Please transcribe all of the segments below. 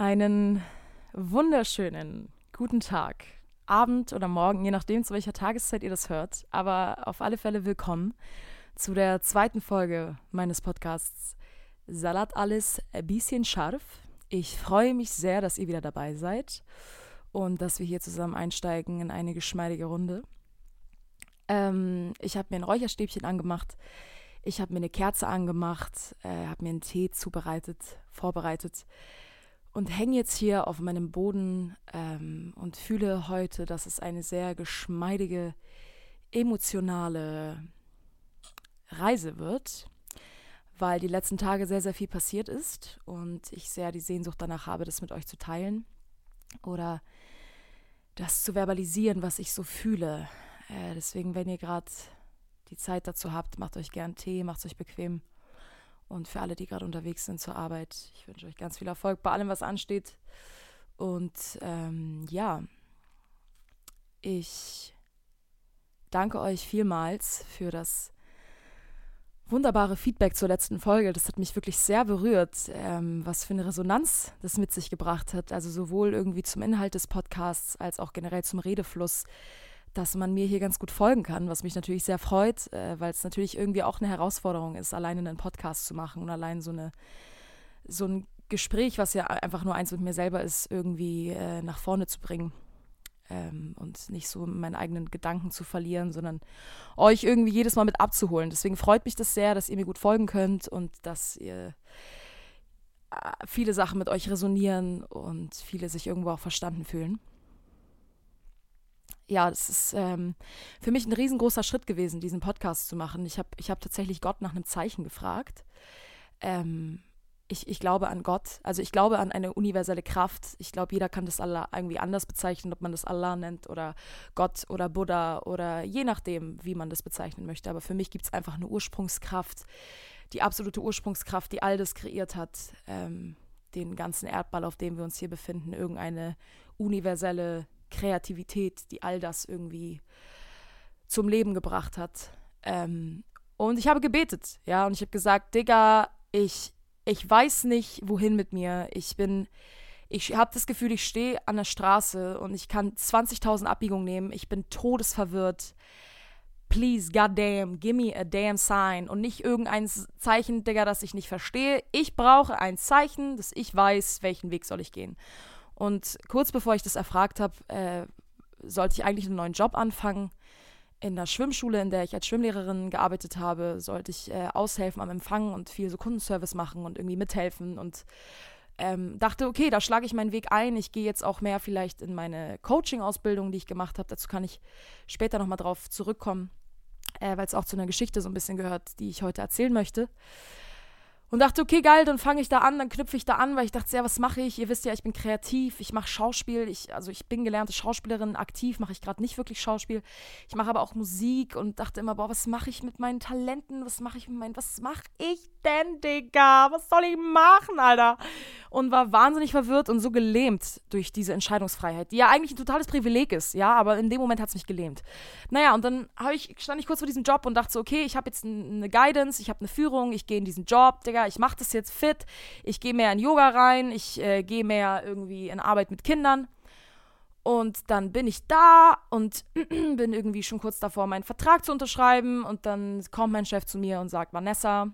Einen wunderschönen guten Tag, Abend oder Morgen, je nachdem, zu welcher Tageszeit ihr das hört. Aber auf alle Fälle willkommen zu der zweiten Folge meines Podcasts Salat alles ein bisschen scharf. Ich freue mich sehr, dass ihr wieder dabei seid und dass wir hier zusammen einsteigen in eine geschmeidige Runde. Ich habe mir ein Räucherstäbchen angemacht, ich habe mir eine Kerze angemacht, habe mir einen Tee vorbereitet und hänge jetzt hier auf meinem Boden und fühle heute, dass es eine sehr geschmeidige, emotionale Reise wird, weil die letzten Tage sehr, sehr viel passiert ist und ich sehr die Sehnsucht danach habe, das mit euch zu teilen oder das zu verbalisieren, was ich so fühle. Deswegen, wenn ihr gerade die Zeit dazu habt, macht euch gern Tee, macht es euch bequem. Und für alle, die gerade unterwegs sind zur Arbeit, ich wünsche euch ganz viel Erfolg bei allem, was ansteht. Und ich danke euch vielmals für das wunderbare Feedback zur letzten Folge. Das hat mich wirklich sehr berührt, was für eine Resonanz das mit sich gebracht hat. Also sowohl irgendwie zum Inhalt des Podcasts als auch generell zum Redefluss, dass man mir hier ganz gut folgen kann, was mich natürlich sehr freut, weil es natürlich irgendwie auch eine Herausforderung ist, alleine einen Podcast zu machen und allein so ein Gespräch, was ja einfach nur eins mit mir selber ist, irgendwie nach vorne zu bringen und nicht so meinen eigenen Gedanken zu verlieren, sondern euch irgendwie jedes Mal mit abzuholen. Deswegen freut mich das sehr, dass ihr mir gut folgen könnt und dass ihr viele Sachen mit euch resonieren und viele sich irgendwo auch verstanden fühlen. Ja, das ist für mich ein riesengroßer Schritt gewesen, diesen Podcast zu machen. Ich hab tatsächlich Gott nach einem Zeichen gefragt. Ich glaube an Gott, also ich glaube an eine universelle Kraft. Ich glaube, jeder kann das Allah irgendwie anders bezeichnen, ob man das Allah nennt oder Gott oder Buddha oder je nachdem, wie man das bezeichnen möchte. Aber für mich gibt es einfach eine Ursprungskraft, die absolute Ursprungskraft, die all das kreiert hat, den ganzen Erdball, auf dem wir uns hier befinden, irgendeine universelle Kreativität, die all das irgendwie zum Leben gebracht hat. Und ich habe gebetet, ja, und ich habe gesagt, Digga, ich weiß nicht, wohin mit mir. Ich habe das Gefühl, ich stehe an der Straße und ich kann 20.000 Abbiegungen nehmen. Ich bin todesverwirrt. Please, goddamn, give me a damn sign. Und nicht irgendein Zeichen, Digga, das ich nicht verstehe. Ich brauche ein Zeichen, dass ich weiß, welchen Weg soll ich gehen. Und kurz bevor ich das erfragt habe, sollte ich eigentlich einen neuen Job anfangen. In der Schwimmschule, in der ich als Schwimmlehrerin gearbeitet habe, sollte ich aushelfen am Empfang und viel so Kundenservice machen und irgendwie mithelfen. Und dachte, okay, da schlage ich meinen Weg ein. Ich gehe jetzt auch mehr vielleicht in meine Coaching-Ausbildung, die ich gemacht habe. Dazu kann ich später nochmal drauf zurückkommen, weil es auch zu einer Geschichte so ein bisschen gehört, die ich heute erzählen möchte. Und dachte, okay, geil, dann fange ich da an, dann knüpfe ich da an, weil ich dachte, ja, was mache ich? Ihr wisst ja, ich bin kreativ, ich mache Schauspiel, ich bin gelernte Schauspielerin, aktiv mache ich gerade nicht wirklich Schauspiel. Ich mache aber auch Musik und dachte immer, boah, was mache ich mit meinen Talenten? Was mache ich denn, Digga? Was soll ich machen, Alter? Und war wahnsinnig verwirrt und so gelähmt durch diese Entscheidungsfreiheit, die ja eigentlich ein totales Privileg ist, ja, aber in dem Moment hat es mich gelähmt. Naja, und dann stand ich kurz vor diesem Job und dachte so, okay, ich habe jetzt eine Guidance, ich habe eine Führung, ich gehe in diesen Job, Digga, ich mache das jetzt fit, ich gehe mehr in Yoga rein, ich gehe mehr irgendwie in Arbeit mit Kindern. Und dann bin ich da und bin irgendwie schon kurz davor, meinen Vertrag zu unterschreiben. Und dann kommt mein Chef zu mir und sagt, Vanessa,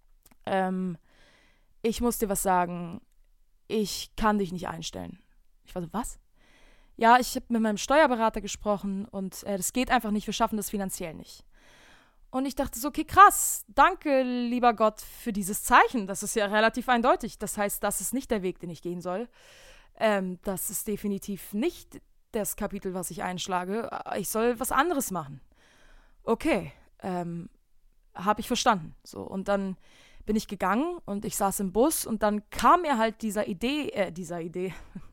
ich muss dir was sagen, ich kann dich nicht einstellen. Ich war so, was? Ja, ich habe mit meinem Steuerberater gesprochen und das geht einfach nicht, wir schaffen das finanziell nicht. Und ich dachte so, okay, krass, danke, lieber Gott, für dieses Zeichen. Das ist ja relativ eindeutig. Das heißt, das ist nicht der Weg, den ich gehen soll. Das ist definitiv nicht das Kapitel, was ich einschlage. Ich soll was anderes machen. Okay, habe ich verstanden. So, und dann bin ich gegangen und ich saß im Bus und dann kam mir halt diese Idee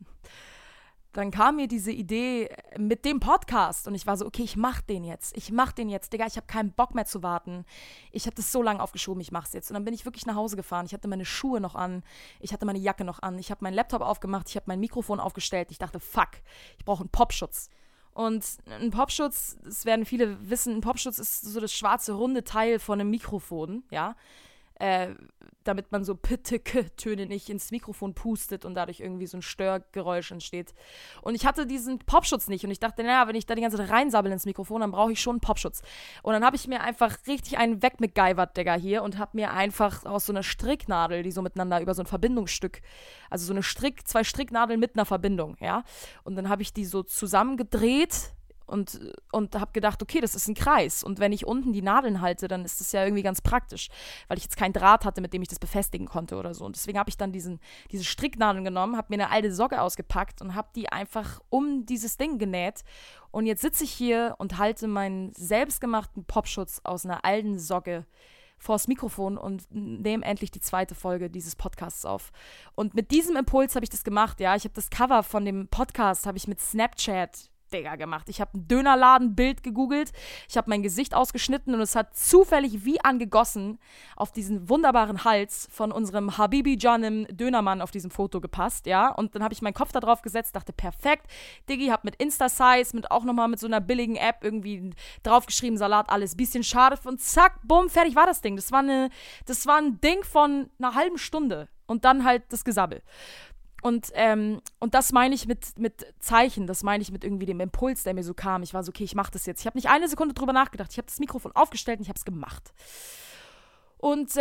mit dem Podcast und ich war so, okay, ich mach den jetzt, Digga, ich habe keinen Bock mehr zu warten. Ich habe das so lange aufgeschoben, ich mach's jetzt. Und dann bin ich wirklich nach Hause gefahren, ich hatte meine Schuhe noch an, ich hatte meine Jacke noch an, ich habe meinen Laptop aufgemacht, ich habe mein Mikrofon aufgestellt, ich dachte, fuck, ich brauche einen Popschutz. Und ein Popschutz, das werden viele wissen, ein Popschutz ist so das schwarze, runde Teil von einem Mikrofon, ja. damit man so Töne nicht ins Mikrofon pustet und dadurch irgendwie so ein Störgeräusch entsteht. Und ich hatte diesen Popschutz nicht und ich dachte, naja, wenn ich da die ganze Zeit reinsabbel ins Mikrofon, dann brauche ich schon einen Popschutz. Und dann habe ich mir einfach richtig einen wegmacgyvert, Digga, hier und habe mir einfach aus so einer Stricknadel, die so miteinander über so ein Verbindungsstück, also so eine zwei Stricknadeln mit einer Verbindung, ja. Und dann habe ich die so zusammengedreht und habe gedacht, okay, das ist ein Kreis. Und wenn ich unten die Nadeln halte, dann ist das ja irgendwie ganz praktisch, weil ich jetzt keinen Draht hatte, mit dem ich das befestigen konnte oder so. Und deswegen habe ich dann diese Stricknadeln genommen, habe mir eine alte Socke ausgepackt und habe die einfach um dieses Ding genäht. Und jetzt sitze ich hier und halte meinen selbstgemachten Popschutz aus einer alten Socke vors Mikrofon und nehme endlich die 2. Folge dieses Podcasts auf. Und mit diesem Impuls habe ich das gemacht, ja. Ich habe das Cover von dem Podcast, habe ich mit Snapchat gemacht. Ich habe ein Dönerladen-Bild gegoogelt, ich habe mein Gesicht ausgeschnitten und es hat zufällig wie angegossen auf diesen wunderbaren Hals von unserem Habibi Canem Dönermann auf diesem Foto gepasst, ja. Und dann habe ich meinen Kopf da drauf gesetzt, dachte, perfekt, Diggi, hab mit Insta-Size, auch nochmal mit so einer billigen App irgendwie draufgeschrieben, Salat, alles, bisschen schade und zack, bumm, fertig war das Ding. Das war ein Ding von einer halben Stunde und dann halt das Gesabbel. Und das meine ich mit Zeichen, das meine ich mit irgendwie dem Impuls, der mir so kam. Ich war so, okay, ich mache das jetzt. Ich habe nicht eine Sekunde drüber nachgedacht. Ich habe das Mikrofon aufgestellt und ich habe es gemacht. Und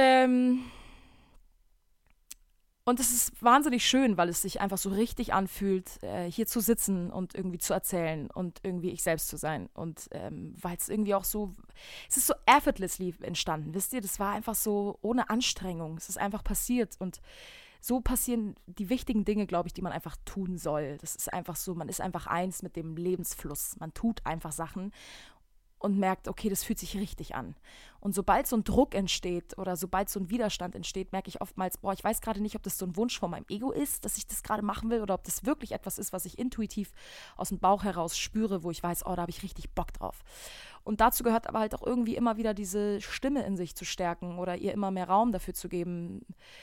es ist wahnsinnig schön, weil es sich einfach so richtig anfühlt, hier zu sitzen und irgendwie zu erzählen und irgendwie ich selbst zu sein. Und weil es irgendwie auch so, es ist so effortlessly entstanden, wisst ihr? Das war einfach so ohne Anstrengung. Es ist einfach passiert und so passieren die wichtigen Dinge, glaube ich, die man einfach tun soll. Das ist einfach so, man ist einfach eins mit dem Lebensfluss. Man tut einfach Sachen und merkt, okay, das fühlt sich richtig an. Und sobald so ein Druck entsteht oder sobald so ein Widerstand entsteht, merke ich oftmals, boah, ich weiß gerade nicht, ob das so ein Wunsch von meinem Ego ist, dass ich das gerade machen will oder ob das wirklich etwas ist, was ich intuitiv aus dem Bauch heraus spüre, wo ich weiß, oh, da habe ich richtig Bock drauf. Und dazu gehört aber halt auch irgendwie immer wieder diese Stimme in sich zu stärken oder ihr immer mehr Raum dafür zu geben,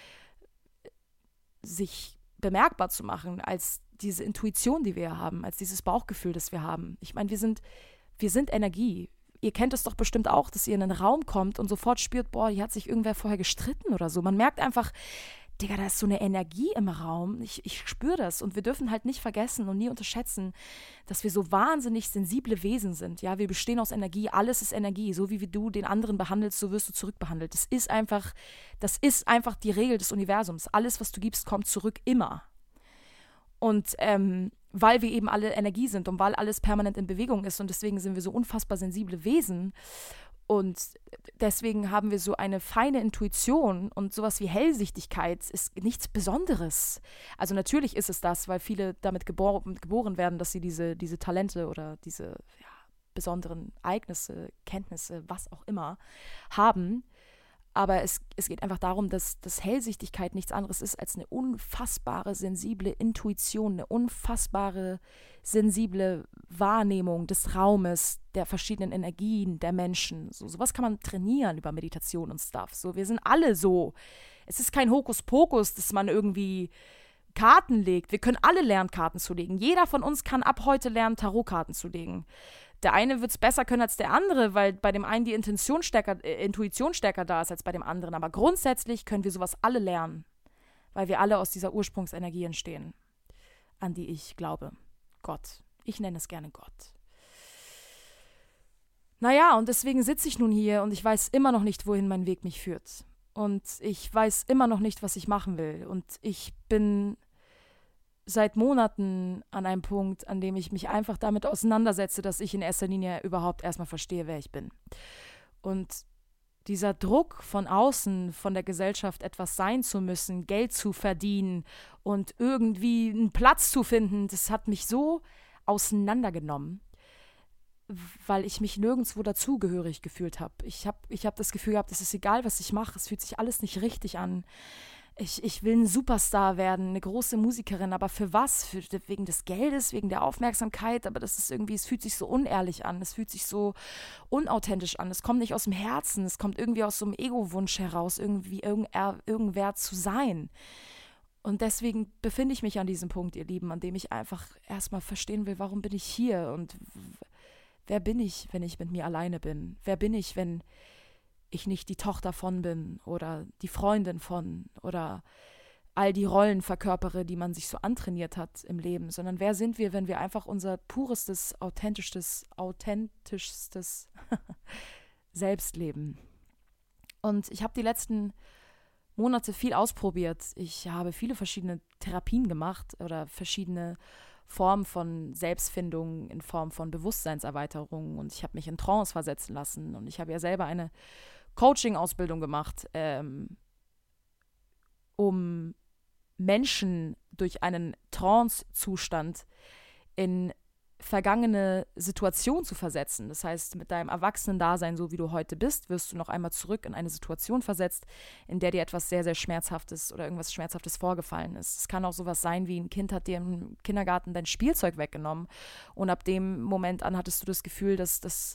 sich bemerkbar zu machen als diese Intuition, die wir haben, als dieses Bauchgefühl, das wir haben. Ich meine, wir sind Energie. Ihr kennt es doch bestimmt auch, dass ihr in einen Raum kommt und sofort spürt, boah, hier hat sich irgendwer vorher gestritten oder so. Man merkt einfach, Digga, da ist so eine Energie im Raum. Ich spüre das. Und wir dürfen halt nicht vergessen und nie unterschätzen, dass wir so wahnsinnig sensible Wesen sind. Ja, wir bestehen aus Energie. Alles ist Energie. So wie du den anderen behandelst, so wirst du zurückbehandelt. Das ist einfach die Regel des Universums. Alles, was du gibst, kommt zurück immer. Und weil wir eben alle Energie sind und weil alles permanent in Bewegung ist und deswegen sind wir so unfassbar sensible Wesen. Und deswegen haben wir so eine feine Intuition und sowas wie Hellsichtigkeit ist nichts Besonderes. Also natürlich ist es das, weil viele damit geboren werden, dass sie diese Talente oder diese besonderen Eignisse, Kenntnisse, was auch immer haben. Aber es geht einfach darum, dass Hellsichtigkeit nichts anderes ist als eine unfassbare, sensible Intuition, eine unfassbare, sensible Wahrnehmung des Raumes, der verschiedenen Energien der Menschen. Sowas kann man trainieren über Meditation und Stuff. So, wir sind alle so. Es ist kein Hokuspokus, dass man irgendwie Karten legt. Wir können alle lernen, Karten zu legen. Jeder von uns kann ab heute lernen, Tarotkarten zu legen. Der eine wird es besser können als der andere, weil bei dem einen die Intuition stärker da ist als bei dem anderen. Aber grundsätzlich können wir sowas alle lernen, weil wir alle aus dieser Ursprungsenergie entstehen, an die ich glaube. Gott. Ich nenne es gerne Gott. Naja, und deswegen sitze ich nun hier und ich weiß immer noch nicht, wohin mein Weg mich führt. Und ich weiß immer noch nicht, was ich machen will. Und ich bin seit Monaten an einem Punkt, an dem ich mich einfach damit auseinandersetze, dass ich in erster Linie überhaupt erstmal verstehe, wer ich bin. Und dieser Druck von außen, von der Gesellschaft etwas sein zu müssen, Geld zu verdienen und irgendwie einen Platz zu finden, das hat mich so auseinandergenommen, weil ich mich nirgendwo dazugehörig gefühlt habe. Ich hab das Gefühl gehabt, es ist egal, was ich mache, es fühlt sich alles nicht richtig an. Ich will ein Superstar werden, eine große Musikerin, aber für was? Wegen des Geldes, wegen der Aufmerksamkeit, aber das ist irgendwie, es fühlt sich so unehrlich an, es fühlt sich so unauthentisch an, es kommt nicht aus dem Herzen, es kommt irgendwie aus so einem Ego-Wunsch heraus, irgendwie irgendwer zu sein. Und deswegen befinde ich mich an diesem Punkt, ihr Lieben, an dem ich einfach erstmal verstehen will, warum bin ich hier und wer bin ich, wenn ich mit mir alleine bin? Wer bin ich, wenn ich nicht die Tochter von bin oder die Freundin von oder all die Rollen verkörpere, die man sich so antrainiert hat im Leben, sondern wer sind wir, wenn wir einfach unser purestes, authentischstes Selbst leben. Und ich habe die letzten Monate viel ausprobiert. Ich habe viele verschiedene Therapien gemacht oder verschiedene Formen von Selbstfindung in Form von Bewusstseinserweiterung und ich habe mich in Trance versetzen lassen und ich habe ja selber eine Coaching-Ausbildung gemacht, um Menschen durch einen Trance-Zustand in vergangene Situation zu versetzen. Das heißt, mit deinem Erwachsenen-Dasein, so wie du heute bist, wirst du noch einmal zurück in eine Situation versetzt, in der dir etwas sehr, sehr Schmerzhaftes oder irgendwas Schmerzhaftes vorgefallen ist. Es kann auch sowas sein, wie ein Kind hat dir im Kindergarten dein Spielzeug weggenommen und ab dem Moment an hattest du das Gefühl, dass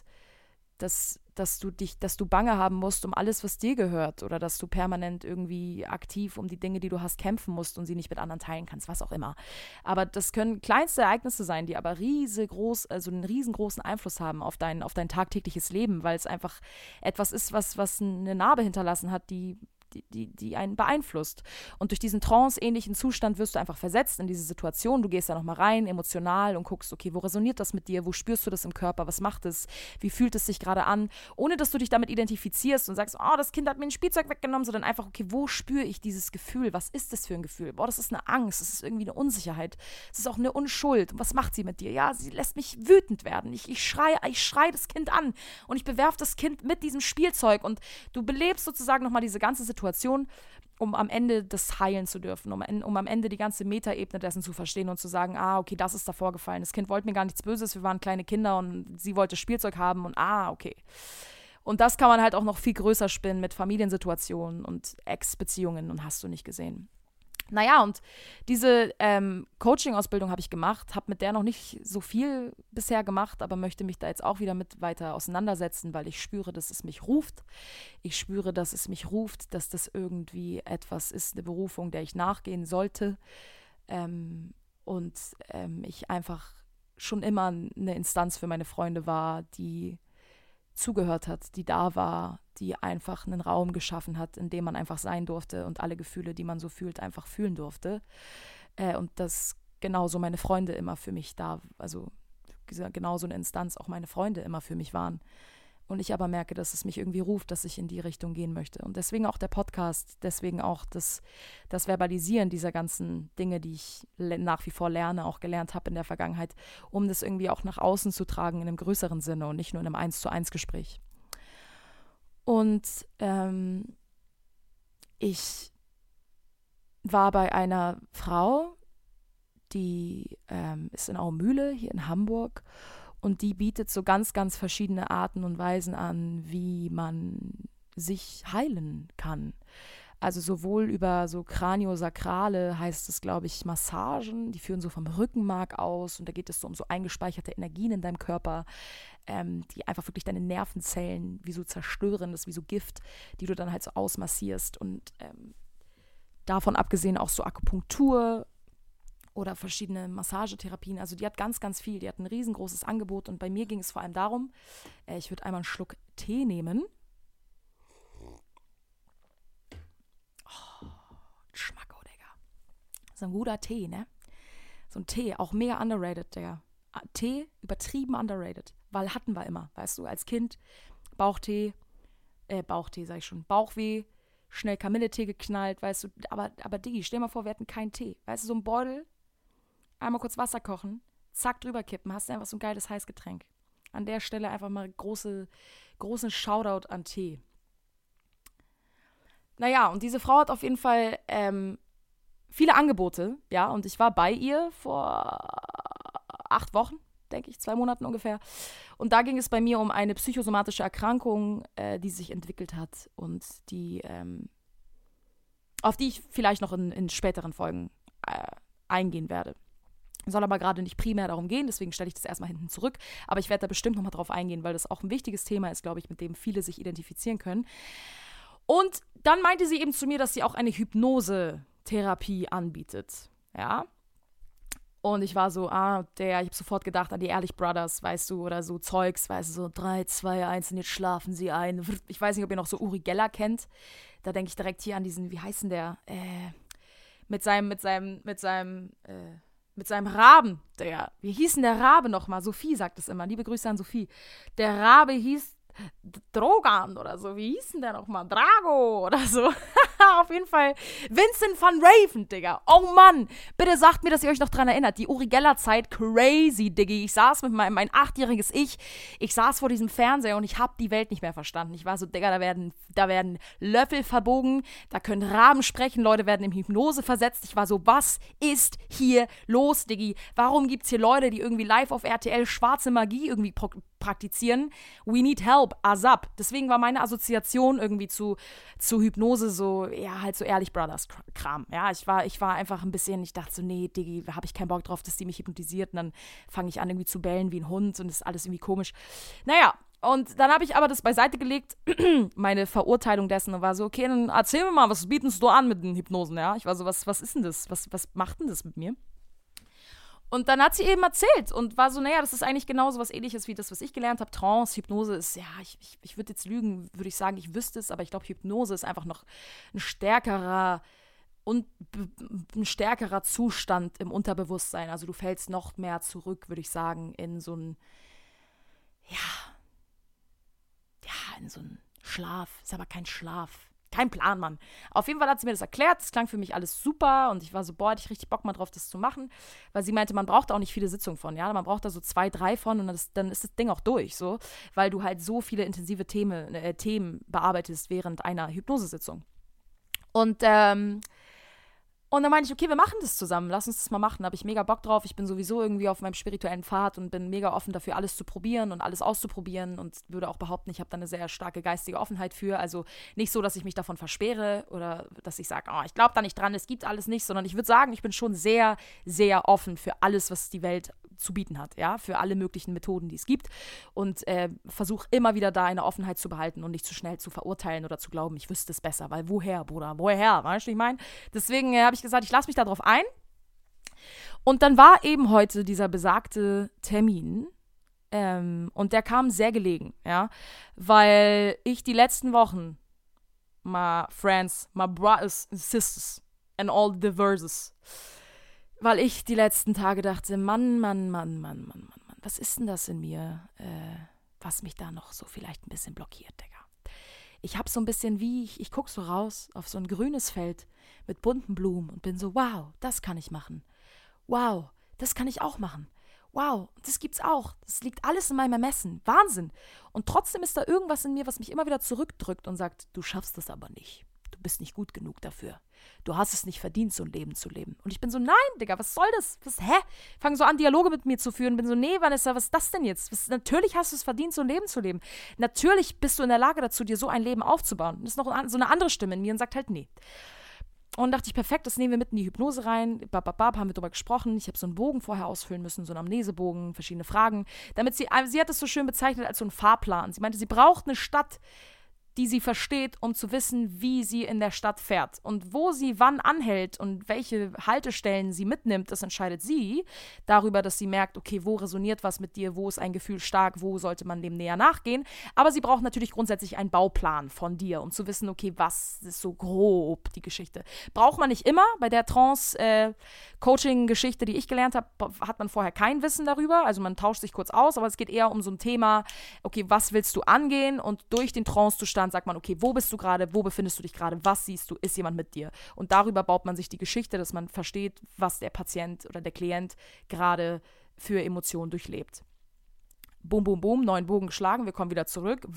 du Bange haben musst um alles, was dir gehört oder dass du permanent irgendwie aktiv um die Dinge, die du hast, kämpfen musst und sie nicht mit anderen teilen kannst, was auch immer. Aber das können kleinste Ereignisse sein, die aber einen riesengroßen Einfluss haben auf dein tagtägliches Leben, weil es einfach etwas ist, was eine Narbe hinterlassen hat, die einen beeinflusst. Und durch diesen trance-ähnlichen Zustand wirst du einfach versetzt in diese Situation. Du gehst da nochmal rein, emotional und guckst, okay, wo resoniert das mit dir? Wo spürst du das im Körper? Was macht es? Wie fühlt es sich gerade an? Ohne, dass du dich damit identifizierst und sagst, oh, das Kind hat mir ein Spielzeug weggenommen, sondern einfach, okay, wo spüre ich dieses Gefühl? Was ist das für ein Gefühl? Boah, das ist eine Angst, das ist irgendwie eine Unsicherheit, das ist auch eine Unschuld. Und was macht sie mit dir? Ja, sie lässt mich wütend werden. Ich schrei das Kind an und ich bewerfe das Kind mit diesem Spielzeug und du belebst sozusagen nochmal diese ganze Situation, um am Ende das heilen zu dürfen, um am Ende die ganze Metaebene dessen zu verstehen und zu sagen, okay, das ist da vorgefallen. Das Kind wollte mir gar nichts Böses, wir waren kleine Kinder und sie wollte Spielzeug haben und okay. Und das kann man halt auch noch viel größer spinnen mit Familiensituationen und Ex-Beziehungen und hast du nicht gesehen. Naja, und diese Coaching-Ausbildung habe ich gemacht, habe mit der noch nicht so viel bisher gemacht, aber möchte mich da jetzt auch wieder mit weiter auseinandersetzen, weil ich spüre, dass es mich ruft. Ich spüre, dass es mich ruft, dass das irgendwie etwas ist, eine Berufung, der ich nachgehen sollte. Ich einfach schon immer eine Instanz für meine Freunde war, die zugehört hat, die da war, die einfach einen Raum geschaffen hat, in dem man einfach sein durfte und alle Gefühle, die man so fühlt, einfach fühlen durfte. Und dass genauso meine Freunde immer für mich da, also genauso eine Instanz auch meine Freunde immer für mich waren. Und ich aber merke, dass es mich irgendwie ruft, dass ich in die Richtung gehen möchte. Und deswegen auch der Podcast, deswegen auch das Verbalisieren dieser ganzen Dinge, die ich nach wie vor lerne, auch gelernt habe in der Vergangenheit, um das irgendwie auch nach außen zu tragen in einem größeren Sinne und nicht nur in einem 1:1 Gespräch. Und ich war bei einer Frau, die ist in Aumühle, hier in Hamburg, und die bietet so ganz, ganz verschiedene Arten und Weisen an, wie man sich heilen kann. Also sowohl über so Kraniosakrale, heißt es, glaube ich, Massagen, die führen so vom Rückenmark aus und da geht es so um so eingespeicherte Energien in deinem Körper, die einfach wirklich deine Nervenzellen wie so zerstören, das ist wie so Gift, die du dann halt so ausmassierst und davon abgesehen auch so Akupunktur oder verschiedene Massagetherapien. Also die hat ganz, ganz viel. Die hat ein riesengroßes Angebot. Und bei mir ging es vor allem darum, ich würde einmal einen Schluck Tee nehmen. Oh, Schmacko, Digga. So ein guter Tee, ne? So ein Tee, auch mega underrated, Digga. Tee, übertrieben underrated. Weil hatten wir immer, weißt du, als Kind. Bauchweh, schnell Kamilletee geknallt, weißt du. Aber Diggi, stell dir mal vor, wir hätten keinen Tee. Weißt du, so ein Beutel, einmal kurz Wasser kochen, zack, drüber kippen, hast du einfach so ein geiles Heißgetränk. An der Stelle einfach mal großen Shoutout an Tee. Naja, und diese Frau hat auf jeden Fall viele Angebote, ja, und ich war bei ihr vor 8 Wochen, denke ich, 2 Monaten ungefähr. Und da ging es bei mir um eine psychosomatische Erkrankung, die sich entwickelt hat und auf die ich vielleicht noch in späteren Folgen eingehen werde. Soll aber gerade nicht primär darum gehen, deswegen stelle ich das erstmal hinten zurück. Aber ich werde da bestimmt nochmal drauf eingehen, weil das auch ein wichtiges Thema ist, glaube ich, mit dem viele sich identifizieren können. Und dann meinte sie eben zu mir, dass sie auch eine Hypnose-Therapie anbietet. Ja. Und ich war so, ich habe sofort gedacht an die Ehrlich Brothers, weißt du, oder so Zeugs, weißt du, so 3, 2, 1 und jetzt schlafen sie ein. Ich weiß nicht, ob ihr noch so Uri Geller kennt. Da denke ich direkt hier an diesen, wie heißt denn der? Mit seinem Raben, wie hieß denn der Rabe nochmal? Sophie sagt es immer, liebe Grüße an Sophie. Der Rabe hieß Drogan oder so, wie hieß denn der nochmal? Drago oder so. Auf jeden Fall Vincent van Raven, Digga. Oh Mann, bitte sagt mir, dass ihr euch noch dran erinnert. Die Uri Geller-Zeit, crazy, Diggi. Ich saß mit mein 8-jähriges Ich saß vor diesem Fernseher und ich hab die Welt nicht mehr verstanden. Ich war so, Digga, da werden Löffel verbogen, da können Raben sprechen, Leute werden in Hypnose versetzt. Ich war so, was ist hier los, Diggi? Warum gibt's hier Leute, die irgendwie live auf RTL schwarze Magie irgendwie praktizieren? We need help, ASAP. Deswegen war meine Assoziation irgendwie zu Hypnose so, ja, halt so Ehrlich Brothers Kram. Ja, ich war einfach ein bisschen, ich dachte so, nee, Diggi, habe ich keinen Bock drauf, dass die mich hypnotisiert. Und dann fange ich an irgendwie zu bellen wie ein Hund und das ist alles irgendwie komisch. Naja, und dann habe ich aber das beiseite gelegt, meine Verurteilung dessen, und war so, okay, dann erzähl mir mal, was bietest du an mit den Hypnosen, ja? Ich war so, was ist denn das? Was macht denn das mit mir? Und dann hat sie eben erzählt und war so, naja, das ist eigentlich genauso was Ähnliches wie das, was ich gelernt habe. Trance, Hypnose ist, ja, ich würde jetzt lügen, würde ich sagen, ich wüsste es, aber ich glaube, Hypnose ist einfach noch ein stärkerer Zustand im Unterbewusstsein. Also du fällst noch mehr zurück, würde ich sagen, in so ein, in so einen Schlaf. Ist aber kein Schlaf. Kein Plan, Mann. Auf jeden Fall hat sie mir das erklärt. Das klang für mich alles super. Und ich war so, hätte ich richtig Bock mal drauf, das zu machen. Weil sie meinte, man braucht da auch nicht viele Sitzungen von. Ja, man braucht da so 2, 3 von. Und dann ist das Ding auch durch. So. Weil du halt so viele intensive Themen bearbeitest während einer Hypnosesitzung. Und dann meinte ich, okay, wir machen das zusammen, lass uns das mal machen. Da habe ich mega Bock drauf. Ich bin sowieso irgendwie auf meinem spirituellen Pfad und bin mega offen dafür, alles zu probieren und alles auszuprobieren und würde auch behaupten, ich habe da eine sehr starke geistige Offenheit für. Also nicht so, dass ich mich davon versperre oder dass ich sage, ich glaube da nicht dran, es gibt alles nicht, sondern ich würde sagen, ich bin schon sehr, sehr offen für alles, was die Welt zu bieten hat, ja, für alle möglichen Methoden, die es gibt und versuche immer wieder da eine Offenheit zu behalten und nicht zu schnell zu verurteilen oder zu glauben, ich wüsste es besser, weil woher, Bruder, woher, weißt du, ich meine? Deswegen habe ich gesagt, ich lasse mich da drauf ein und dann war eben heute dieser besagte Termin und der kam sehr gelegen, ja, weil ich die letzten Wochen, my friends, my brothers and sisters and all the verses, weil ich die letzten Tage dachte, Mann, was ist denn das in mir, was mich da noch so vielleicht ein bisschen blockiert, Digga. Ich hab so ein bisschen ich guck so raus auf so ein grünes Feld mit bunten Blumen und bin so, wow, das kann ich machen. Wow, das kann ich auch machen. Wow, das gibt's auch. Das liegt alles in meinem Ermessen. Wahnsinn. Und trotzdem ist da irgendwas in mir, was mich immer wieder zurückdrückt und sagt, du schaffst das aber nicht. Du bist nicht gut genug dafür. Du hast es nicht verdient, so ein Leben zu leben. Und ich bin so, nein, Digga, was soll das? Fange so an, Dialoge mit mir zu führen. Bin so, nee, Vanessa, was ist das denn jetzt? Natürlich hast du es verdient, so ein Leben zu leben. Natürlich bist du in der Lage dazu, dir so ein Leben aufzubauen. Und es ist noch so eine andere Stimme in mir und sagt halt, nee. Und dachte ich, perfekt, das nehmen wir mit in die Hypnose rein. Haben wir drüber gesprochen. Ich habe so einen Bogen vorher ausfüllen müssen, so einen Amnesebogen, verschiedene Fragen. Sie hat es so schön bezeichnet als so einen Fahrplan. Sie meinte, sie braucht eine Stadt, die sie versteht, um zu wissen, wie sie in der Stadt fährt. Und wo sie wann anhält und welche Haltestellen sie mitnimmt, das entscheidet sie darüber, dass sie merkt, okay, wo resoniert was mit dir, wo ist ein Gefühl stark, wo sollte man dem näher nachgehen. Aber sie braucht natürlich grundsätzlich einen Bauplan von dir, um zu wissen, okay, was ist so grob die Geschichte. Braucht man nicht immer. Bei der Trance-Coaching-Geschichte, die ich gelernt habe, hat man vorher kein Wissen darüber. Also man tauscht sich kurz aus, aber es geht eher um so ein Thema, okay, was willst du angehen? Und durch den Trance-Zustand sagt man, okay, wo bist du gerade, wo befindest du dich gerade, was siehst du, ist jemand mit dir? Und darüber baut man sich die Geschichte, dass man versteht, was der Patient oder der Klient gerade für Emotionen durchlebt. Bum, bum, bum, 9 Bogen geschlagen, wir kommen wieder zurück.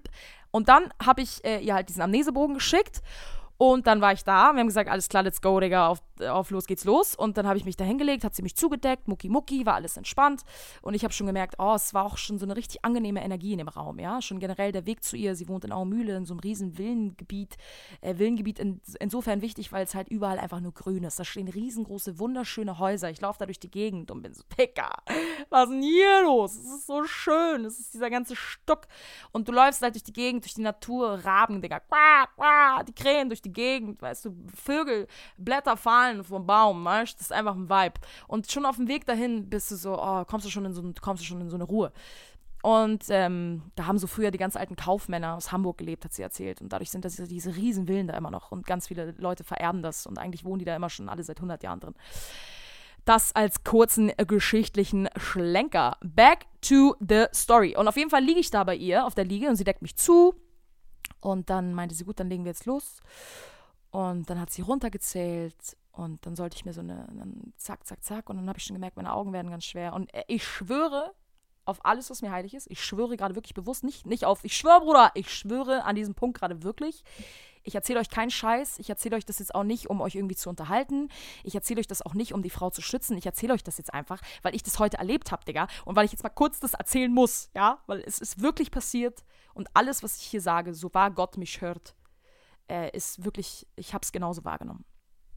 Und dann habe ich ihr halt diesen Amnesebogen geschickt. Und dann war ich da, wir haben gesagt, alles klar, let's go, Digga, auf los geht's los. Und dann habe ich mich da hingelegt, hat sie mich zugedeckt, mucki, war alles entspannt. Und ich habe schon gemerkt, es war auch schon so eine richtig angenehme Energie in dem Raum, ja. Schon generell der Weg zu ihr, sie wohnt in Aumühle, in so einem riesen Villengebiet. Villengebiet insofern wichtig, weil es halt überall einfach nur grün ist. Da stehen riesengroße, wunderschöne Häuser. Ich laufe da durch die Gegend und bin so, Digga, was ist denn hier los? Es ist so schön, es ist dieser ganze Stuck. Und du läufst halt durch die Gegend, durch die Natur, Raben, Digga, die Krähen durch die Gegend, weißt du, Vögel, Blätter fallen vom Baum, weißt du, das ist einfach ein Vibe. Und schon auf dem Weg dahin bist du so, kommst du schon in so eine Ruhe. Und da haben so früher die ganz alten Kaufmänner aus Hamburg gelebt, hat sie erzählt. Und dadurch sind das diese riesen Villen da immer noch. Und ganz viele Leute vererben das. Und eigentlich wohnen die da immer schon alle seit 100 Jahren drin. Das als kurzen geschichtlichen Schlenker. Back to the story. Und auf jeden Fall liege ich da bei ihr auf der Liege und sie deckt mich zu. Und dann meinte sie, gut, dann legen wir jetzt los. Und dann hat sie runtergezählt. Und dann sollte ich mir dann zack, zack, zack. Und dann habe ich schon gemerkt, meine Augen werden ganz schwer. Und ich schwöre auf alles, was mir heilig ist. Ich schwöre gerade wirklich bewusst, nicht auf, ich schwöre, Bruder, ich schwöre an diesem Punkt gerade wirklich. Ich erzähle euch keinen Scheiß. Ich erzähle euch das jetzt auch nicht, um euch irgendwie zu unterhalten. Ich erzähle euch das auch nicht, um die Frau zu schützen. Ich erzähle euch das jetzt einfach, weil ich das heute erlebt habe, Digga. Und weil ich jetzt mal kurz das erzählen muss, ja. Weil es ist wirklich passiert. Und alles, was ich hier sage, so wahr Gott mich hört, ist wirklich, ich habe es genauso wahrgenommen.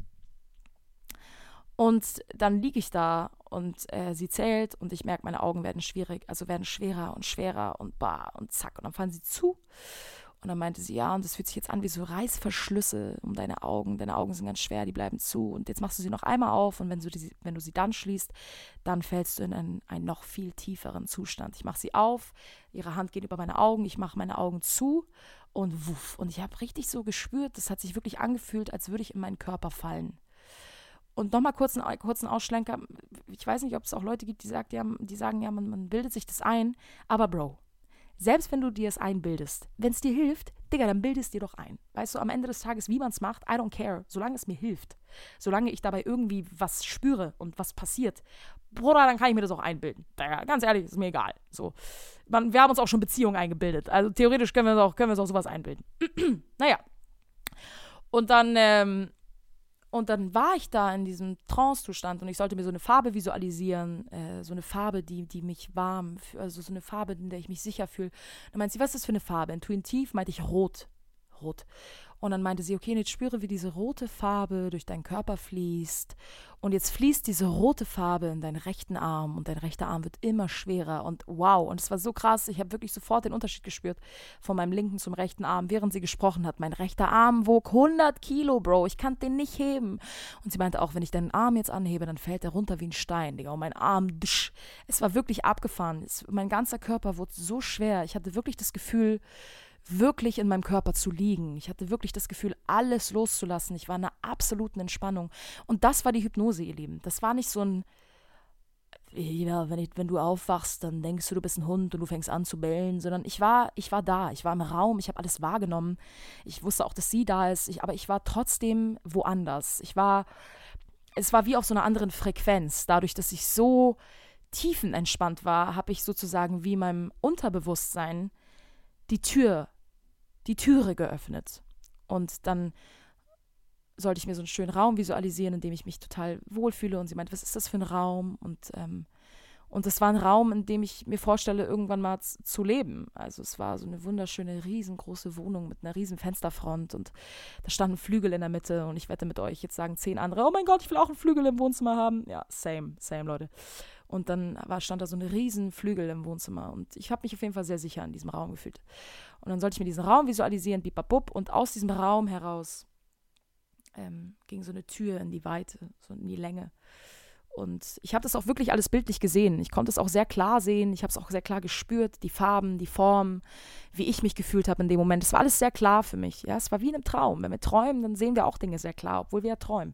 Und dann liege ich da und sie zählt und ich merke, meine Augen werden werden schwerer und schwerer und und zack. Und dann fallen sie zu. Und dann meinte sie, ja, und das fühlt sich jetzt an wie so Reißverschlüsse um deine Augen. Deine Augen sind ganz schwer, die bleiben zu. Und jetzt machst du sie noch einmal auf und wenn du sie dann schließt, dann fällst du in einen noch viel tieferen Zustand. Ich mache sie auf, ihre Hand geht über meine Augen, ich mache meine Augen zu und wuff. Und ich habe richtig so gespürt, das hat sich wirklich angefühlt, als würde ich in meinen Körper fallen. Und nochmal kurzen Ausschlenker. Ich weiß nicht, ob es auch Leute gibt, die sagen, ja, man bildet sich das ein. Aber Bro, selbst wenn du dir es einbildest, wenn es dir hilft, Digga, dann bilde es dir doch ein. Weißt du, am Ende des Tages, wie man es macht, I don't care. Solange es mir hilft. Solange ich dabei irgendwie was spüre und was passiert. Bruder, dann kann ich mir das auch einbilden. Digga, ganz ehrlich, ist mir egal. So. Wir haben uns auch schon Beziehungen eingebildet. Also theoretisch können wir uns auch sowas einbilden. Naja. Und dann war ich da in diesem Trance-Zustand und ich sollte mir so eine Farbe visualisieren, so eine Farbe, die mich warm, also so eine Farbe, in der ich mich sicher fühle. Dann meinte sie, was ist das für eine Farbe? Intuitiv meinte ich rot. Und dann meinte sie, okay, jetzt spüre, wie diese rote Farbe durch deinen Körper fließt. Und jetzt fließt diese rote Farbe in deinen rechten Arm und dein rechter Arm wird immer schwerer. Und wow, und es war so krass, ich habe wirklich sofort den Unterschied gespürt von meinem linken zum rechten Arm, während sie gesprochen hat. Mein rechter Arm wog 100 Kilo, Bro, ich kann den nicht heben. Und sie meinte auch, wenn ich deinen Arm jetzt anhebe, dann fällt er runter wie ein Stein, Digga. Und mein Arm, es war wirklich abgefahren. Mein ganzer Körper wurde so schwer. Ich hatte wirklich das Gefühl, wirklich in meinem Körper zu liegen. Ich hatte wirklich das Gefühl, alles loszulassen. Ich war in einer absoluten Entspannung. Und das war die Hypnose, ihr Lieben. Das war nicht so ein, ja, wenn du aufwachst, dann denkst du bist ein Hund und du fängst an zu bellen, sondern ich war da. Ich war im Raum, ich habe alles wahrgenommen. Ich wusste auch, dass sie da ist, aber ich war trotzdem woanders. Es war wie auf so einer anderen Frequenz. Dadurch, dass ich so tiefenentspannt war, habe ich sozusagen wie meinem Unterbewusstsein die Türe geöffnet. Und dann sollte ich mir so einen schönen Raum visualisieren, in dem ich mich total wohlfühle. Und sie meinte, was ist das für ein Raum? Und das war ein Raum, in dem ich mir vorstelle, irgendwann mal zu leben. Also es war so eine wunderschöne, riesengroße Wohnung mit einer riesen Fensterfront und da stand ein Flügel in der Mitte und ich wette mit euch, jetzt sagen 10 andere, oh mein Gott, ich will auch einen Flügel im Wohnzimmer haben. Ja, same, Leute. Und dann stand da so eine riesen Flügel im Wohnzimmer und ich habe mich auf jeden Fall sehr sicher in diesem Raum gefühlt. Und dann sollte ich mir diesen Raum visualisieren, bipabub, und aus diesem Raum heraus ging so eine Tür in die Weite, so in die Länge. Und ich habe das auch wirklich alles bildlich gesehen. Ich konnte es auch sehr klar sehen. Ich habe es auch sehr klar gespürt, die Farben, die Formen, wie ich mich gefühlt habe in dem Moment. Es war alles sehr klar für mich. Ja, es war wie in einem Traum. Wenn wir träumen, dann sehen wir auch Dinge sehr klar, obwohl wir ja träumen.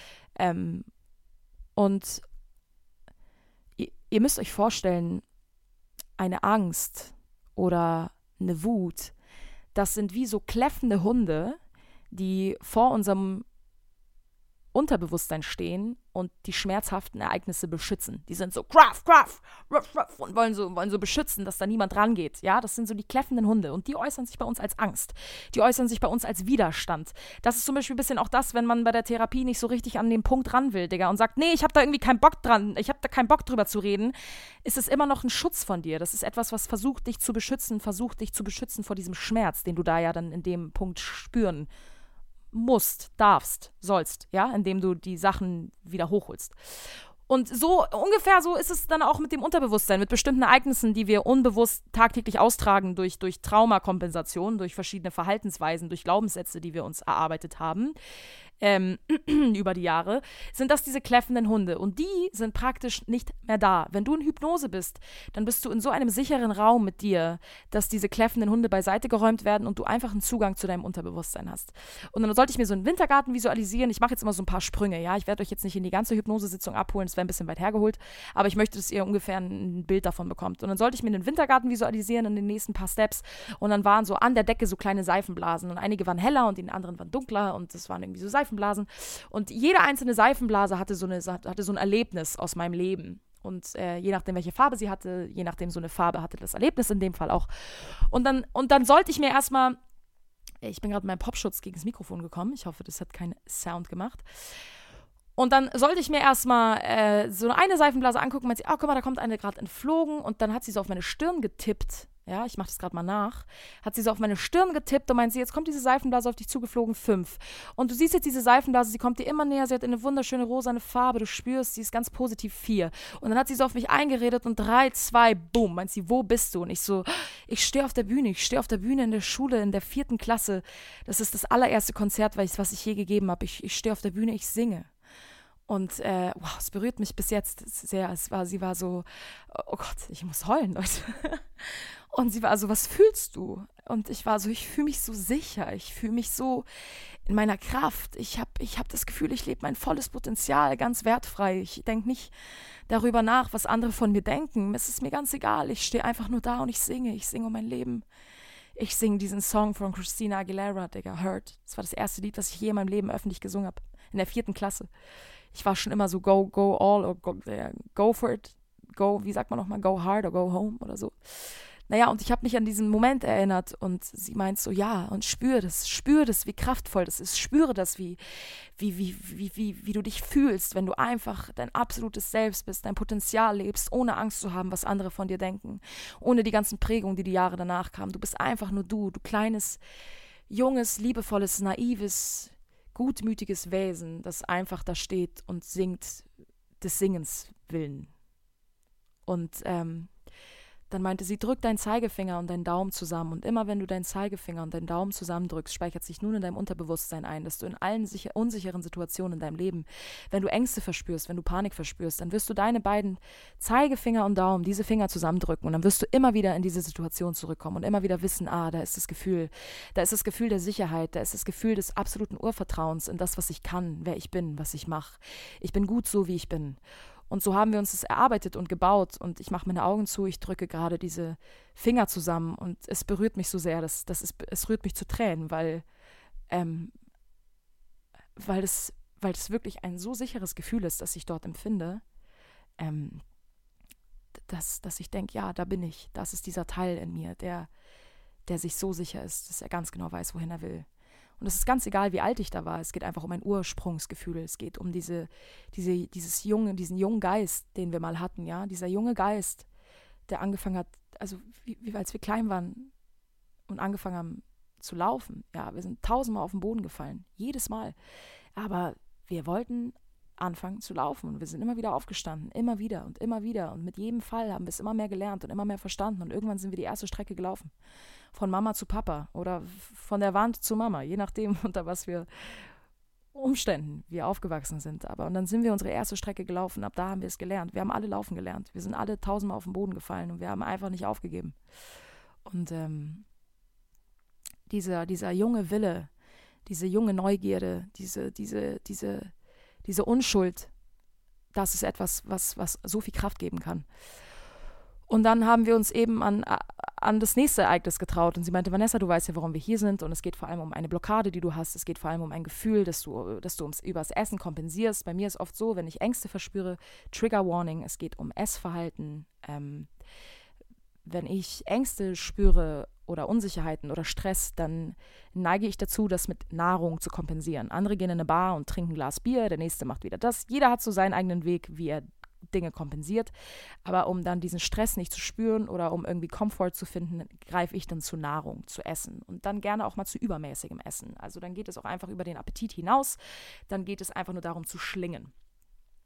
Und ihr müsst euch vorstellen, eine Angst oder eine Wut, das sind wie so kläffende Hunde, die vor unserem Unterbewusstsein stehen und die schmerzhaften Ereignisse beschützen. Die sind so kraff und wollen so beschützen, dass da niemand rangeht. Ja, das sind so die kläffenden Hunde und die äußern sich bei uns als Angst. Die äußern sich bei uns als Widerstand. Das ist zum Beispiel ein bisschen auch das, wenn man bei der Therapie nicht so richtig an den Punkt ran will, Digga, und sagt, nee, ich habe da irgendwie keinen Bock dran, ich habe da keinen Bock drüber zu reden, ist es immer noch ein Schutz von dir. Das ist etwas, was versucht dich zu beschützen vor diesem Schmerz, den du da ja dann in dem Punkt spüren musst, darfst, sollst, ja, indem du die Sachen wieder hochholst. Und so ungefähr so ist es dann auch mit dem Unterbewusstsein, mit bestimmten Ereignissen, die wir unbewusst tagtäglich austragen durch Traumakompensation, durch verschiedene Verhaltensweisen, durch Glaubenssätze, die wir uns erarbeitet haben. Über die Jahre, sind das diese kläffenden Hunde. Und die sind praktisch nicht mehr da. Wenn du in Hypnose bist, dann bist du in so einem sicheren Raum mit dir, dass diese kläffenden Hunde beiseite geräumt werden und du einfach einen Zugang zu deinem Unterbewusstsein hast. Und dann sollte ich mir so einen Wintergarten visualisieren. Ich mache jetzt immer so ein paar Sprünge, ja. Ich werde euch jetzt nicht in die ganze Hypnosesitzung abholen, das wäre ein bisschen weit hergeholt, aber ich möchte, dass ihr ungefähr ein Bild davon bekommt. Und dann sollte ich mir einen Wintergarten visualisieren in den nächsten paar Steps. Und dann waren so an der Decke so kleine Seifenblasen. Und einige waren heller und die anderen waren dunkler und das waren irgendwie so Seifenblasen. Und jede einzelne Seifenblase hatte so ein Erlebnis aus meinem Leben. Und je nachdem, welche Farbe sie hatte, je nachdem so eine Farbe hatte das Erlebnis in dem Fall auch. Und dann sollte ich mir erstmal, ich bin gerade mit meinem Popschutz gegen das Mikrofon gekommen. Ich hoffe, das hat keinen Sound gemacht. Und dann sollte ich mir erstmal so eine Seifenblase angucken, meinte sie, guck mal, da kommt eine gerade entflogen. Und dann hat sie so auf meine Stirn getippt. Ja, ich mache das gerade mal nach. Hat sie so auf meine Stirn getippt und meint sie, jetzt kommt diese Seifenblase auf dich zugeflogen, 5. Und du siehst jetzt diese Seifenblase, sie kommt dir immer näher, sie hat eine wunderschöne rosane Farbe, du spürst, sie ist ganz positiv, 4. Und dann hat sie so auf mich eingeredet und 3, 2, boom, meint sie, wo bist du? Und ich so, ich stehe auf der Bühne in der Schule, in der 4. Klasse. Das ist das allererste Konzert, was ich je gegeben habe. Ich stehe auf der Bühne, ich singe. Und wow, es berührt mich bis jetzt sehr. Sie war so, oh Gott, ich muss heulen, Leute. Und sie war so, was fühlst du? Und ich war so, ich fühle mich so sicher, ich fühle mich so in meiner Kraft. Ich hab das Gefühl, ich lebe mein volles Potenzial, ganz wertfrei. Ich denke nicht darüber nach, was andere von mir denken. Es ist mir ganz egal. Ich stehe einfach nur da und ich singe um mein Leben. Ich singe diesen Song von Christina Aguilera, Digga, Hurt. Das war das erste Lied, was ich je in meinem Leben öffentlich gesungen habe, in der 4. Klasse. Ich war schon immer so go all or go for it, wie sagt man nochmal, go hard or go home oder so. Naja, und ich habe mich an diesen Moment erinnert und sie meint so, ja, und spür das, wie kraftvoll das ist, spüre das, wie du dich fühlst, wenn du einfach dein absolutes Selbst bist, dein Potenzial lebst, ohne Angst zu haben, was andere von dir denken, ohne die ganzen Prägungen, die Jahre danach kamen. Du bist einfach nur du kleines, junges, liebevolles, naives, gutmütiges Wesen, das einfach da steht und singt des Singens willen. Und dann meinte sie, drück deinen Zeigefinger und deinen Daumen zusammen. Und immer wenn du deinen Zeigefinger und deinen Daumen zusammendrückst, speichert sich nun in deinem Unterbewusstsein ein, dass du in allen unsicheren Situationen in deinem Leben, wenn du Ängste verspürst, wenn du Panik verspürst, dann wirst du deine beiden Zeigefinger und Daumen, diese Finger zusammendrücken. Und dann wirst du immer wieder in diese Situation zurückkommen und immer wieder wissen, da ist das Gefühl der Sicherheit, da ist das Gefühl des absoluten Urvertrauens in das, was ich kann, wer ich bin, was ich mache. Ich bin gut so, wie ich bin. Und so haben wir uns das erarbeitet und gebaut. Und ich mache meine Augen zu, ich drücke gerade diese Finger zusammen. Und es berührt mich so sehr, es rührt mich zu Tränen, weil es wirklich ein so sicheres Gefühl ist, das ich dort empfinde, dass ich denke, ja, da bin ich. Das ist dieser Teil in mir, der sich so sicher ist, dass er ganz genau weiß, wohin er will. Und es ist ganz egal, wie alt ich da war. Es geht einfach um ein Ursprungsgefühl. Es geht um diesen jungen Geist, den wir mal hatten, ja. Dieser junge Geist, der angefangen hat, also wie als wir klein waren und angefangen haben zu laufen. Ja, wir sind 1000-mal auf den Boden gefallen. Jedes Mal. Aber wir wollten anfangen zu laufen. Und wir sind immer wieder aufgestanden. Immer wieder und immer wieder. Und mit jedem Fall haben wir es immer mehr gelernt und immer mehr verstanden. Und irgendwann sind wir die erste Strecke gelaufen. Von Mama zu Papa oder von der Wand zu Mama, je nachdem, unter was für Umständen wir aufgewachsen sind. Und dann sind wir unsere erste Strecke gelaufen, ab da haben wir es gelernt. Wir haben alle laufen gelernt. Wir sind alle 1000-mal auf den Boden gefallen und wir haben einfach nicht aufgegeben. Und dieser junge Wille, diese junge Neugierde, diese Unschuld, das ist etwas, was so viel Kraft geben kann. Und dann haben wir uns eben an das nächste Ereignis getraut. Und sie meinte, Vanessa, du weißt ja, warum wir hier sind. Und es geht vor allem um eine Blockade, die du hast. Es geht vor allem um ein Gefühl, dass du übers Essen kompensierst. Bei mir ist oft so, wenn ich Ängste verspüre, Trigger Warning, es geht um Essverhalten. Wenn ich Ängste spüre oder Unsicherheiten oder Stress, dann neige ich dazu, das mit Nahrung zu kompensieren. Andere gehen in eine Bar und trinken ein Glas Bier, der nächste macht wieder das. Jeder hat so seinen eigenen Weg, wie er Dinge kompensiert, aber um dann diesen Stress nicht zu spüren oder um irgendwie Komfort zu finden, greife ich dann zu Nahrung, zu Essen und dann gerne auch mal zu übermäßigem Essen. Also dann geht es auch einfach über den Appetit hinaus, dann geht es einfach nur darum zu schlingen.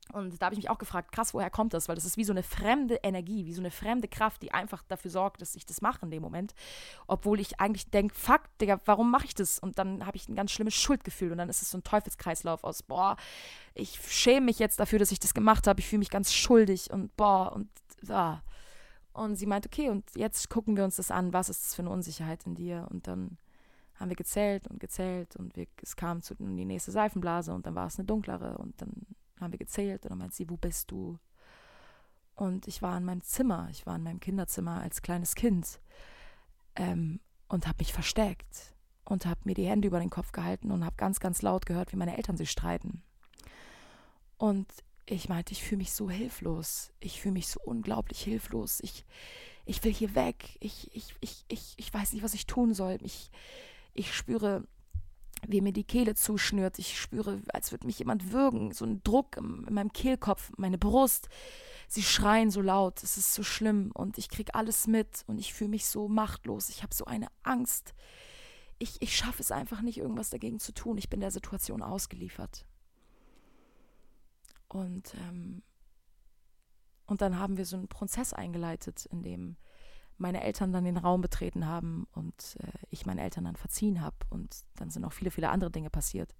Und da habe ich mich auch gefragt, krass, woher kommt das? Weil das ist wie so eine fremde Energie, wie so eine fremde Kraft, die einfach dafür sorgt, dass ich das mache in dem Moment. Obwohl ich eigentlich denke, fuck, Digga, warum mache ich das? Und dann habe ich ein ganz schlimmes Schuldgefühl. Und dann ist es so ein Teufelskreislauf aus, boah, ich schäme mich jetzt dafür, dass ich das gemacht habe. Ich fühle mich ganz schuldig und boah, und da. Und sie meint, okay, und jetzt gucken wir uns das an, was ist das für eine Unsicherheit in dir? Und dann haben wir gezählt und es kam zu die nächste Seifenblase und dann war es eine dunklere und dann haben wir gezählt und dann meint sie, wo bist du? Und ich war in meinem Zimmer, ich war in meinem Kinderzimmer als kleines Kind und habe mich versteckt und habe mir die Hände über den Kopf gehalten und habe ganz, ganz laut gehört, wie meine Eltern sich streiten. Und ich meinte, ich fühle mich so hilflos. Ich fühle mich so unglaublich hilflos. Ich will hier weg. Ich weiß nicht, was ich tun soll. Ich spüre, wie mir die Kehle zuschnürt. Ich spüre, als würde mich jemand würgen. So ein Druck in meinem Kehlkopf, meine Brust. Sie schreien so laut. Es ist so schlimm. Und ich kriege alles mit. Und ich fühle mich so machtlos. Ich habe so eine Angst. Ich schaffe es einfach nicht, irgendwas dagegen zu tun. Ich bin der Situation ausgeliefert. Und dann haben wir so einen Prozess eingeleitet, in dem meine Eltern dann den Raum betreten haben und ich meinen Eltern dann verziehen habe. Und dann sind auch viele, viele andere Dinge passiert.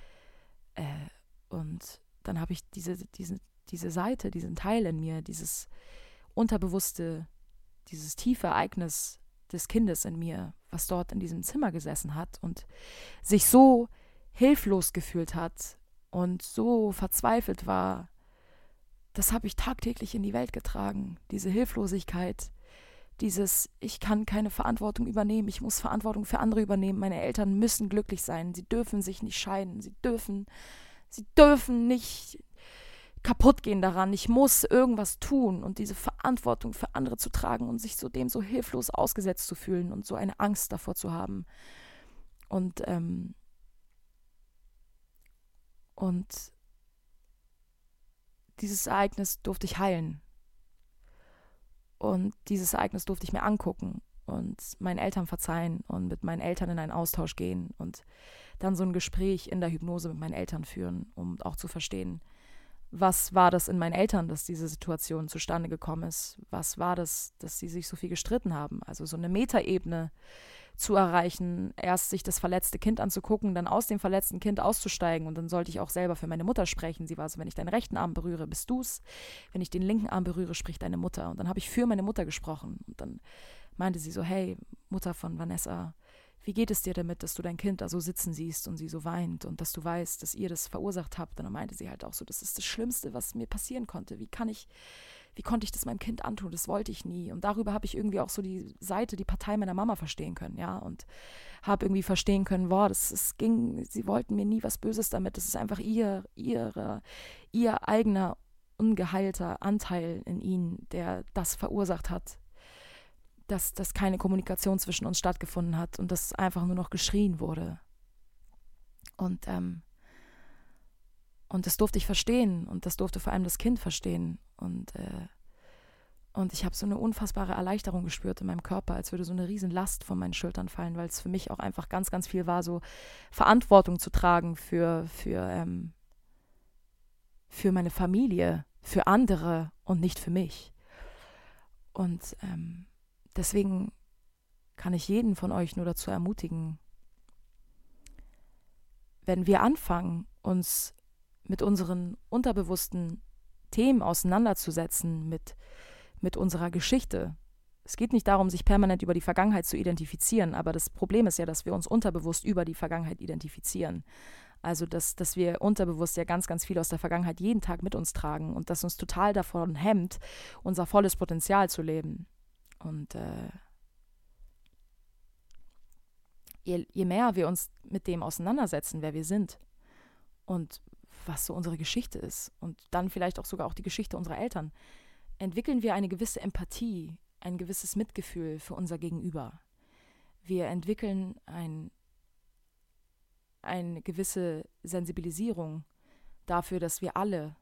Und dann habe ich diese Seite, diesen Teil in mir, dieses unterbewusste, dieses tiefe Ereignis des Kindes in mir, was dort in diesem Zimmer gesessen hat und sich so hilflos gefühlt hat und so verzweifelt war, das habe ich tagtäglich in die Welt getragen. Diese Hilflosigkeit, ich kann keine Verantwortung übernehmen, ich muss Verantwortung für andere übernehmen, meine Eltern müssen glücklich sein, sie dürfen sich nicht scheiden, sie dürfen nicht kaputt gehen daran, ich muss irgendwas tun und diese Verantwortung für andere zu tragen und sich dem so hilflos ausgesetzt zu fühlen und so eine Angst davor zu haben. Und dieses Ereignis durfte ich heilen. Und dieses Ereignis durfte ich mir angucken und meinen Eltern verzeihen und mit meinen Eltern in einen Austausch gehen und dann so ein Gespräch in der Hypnose mit meinen Eltern führen, um auch zu verstehen, was war das in meinen Eltern, dass diese Situation zustande gekommen ist? Was war das, dass sie sich so viel gestritten haben? Also so eine Metaebene zu erreichen, erst sich das verletzte Kind anzugucken, dann aus dem verletzten Kind auszusteigen und dann sollte ich auch selber für meine Mutter sprechen. Sie war so, wenn ich deinen rechten Arm berühre, bist du's. Wenn ich den linken Arm berühre, spricht deine Mutter. Und dann habe ich für meine Mutter gesprochen und dann meinte sie so, hey, Mutter von Vanessa, wie geht es dir damit, dass du dein Kind da so sitzen siehst und sie so weint und dass du weißt, dass ihr das verursacht habt? Und dann meinte sie halt auch so, das ist das Schlimmste, was mir passieren konnte. Wie konnte ich das meinem Kind antun? Das wollte ich nie. Und darüber habe ich irgendwie auch so die Partei meiner Mama verstehen können, ja. Und habe irgendwie verstehen können, sie wollten mir nie was Böses damit. Das ist einfach ihr eigener, ungeheilter Anteil in ihnen, der das verursacht hat, dass keine Kommunikation zwischen uns stattgefunden hat und dass einfach nur noch geschrien wurde. Und das durfte ich verstehen und das durfte vor allem das Kind verstehen. Und ich habe so eine unfassbare Erleichterung gespürt in meinem Körper, als würde so eine riesen Last von meinen Schultern fallen, weil es für mich auch einfach ganz, ganz viel war, so Verantwortung zu tragen für meine Familie, für andere und nicht für mich. Und deswegen kann ich jeden von euch nur dazu ermutigen, wenn wir anfangen, uns mit unseren unterbewussten Themen auseinanderzusetzen, mit unserer Geschichte. Es geht nicht darum, sich permanent über die Vergangenheit zu identifizieren, aber das Problem ist ja, dass wir uns unterbewusst über die Vergangenheit identifizieren. Also, dass wir unterbewusst ja ganz, ganz viel aus der Vergangenheit jeden Tag mit uns tragen und das uns total davon hemmt, unser volles Potenzial zu leben. Und je mehr wir uns mit dem auseinandersetzen, wer wir sind und was so unsere Geschichte ist und dann vielleicht auch sogar auch die Geschichte unserer Eltern, entwickeln wir eine gewisse Empathie, ein gewisses Mitgefühl für unser Gegenüber. Wir entwickeln eine gewisse Sensibilisierung dafür, dass wir alle,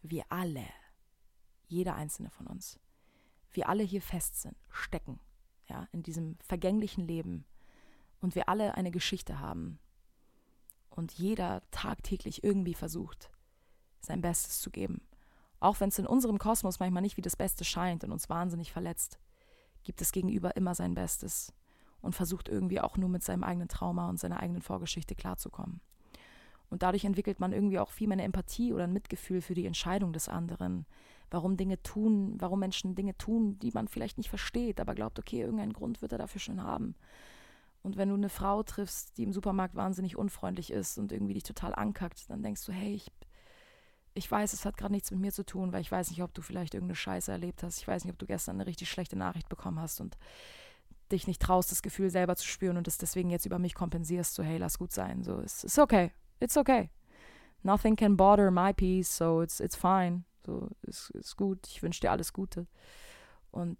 jeder einzelne von uns, wir alle hier fest sind, stecken, ja, in diesem vergänglichen Leben und wir alle eine Geschichte haben und jeder tagtäglich irgendwie versucht, sein Bestes zu geben, Auch wenn es in unserem Kosmos manchmal nicht wie das Beste scheint und uns wahnsinnig verletzt, gibt das Gegenüber immer sein Bestes und versucht irgendwie auch nur mit seinem eigenen Trauma und seiner eigenen Vorgeschichte klarzukommen. Und dadurch entwickelt man irgendwie auch viel mehr eine Empathie oder ein Mitgefühl für die Entscheidung des anderen, warum Menschen Dinge tun, die man vielleicht nicht versteht, aber glaubt, okay, irgendeinen Grund wird er dafür schon haben. Und wenn du eine Frau triffst, die im Supermarkt wahnsinnig unfreundlich ist und irgendwie dich total ankackt, dann denkst du, hey, ich weiß, es hat gerade nichts mit mir zu tun, weil ich weiß nicht, ob du vielleicht irgendeine Scheiße erlebt hast. Ich weiß nicht, ob du gestern eine richtig schlechte Nachricht bekommen hast und dich nicht traust, das Gefühl selber zu spüren und es deswegen jetzt über mich kompensierst. So, hey, lass gut sein. So, it's okay. It's okay. Nothing can bother my peace, so it's fine. So, ist gut. Ich wünsche dir alles Gute. Und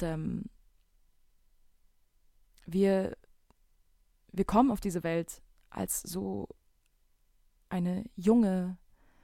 wir kommen auf diese Welt als so eine junge,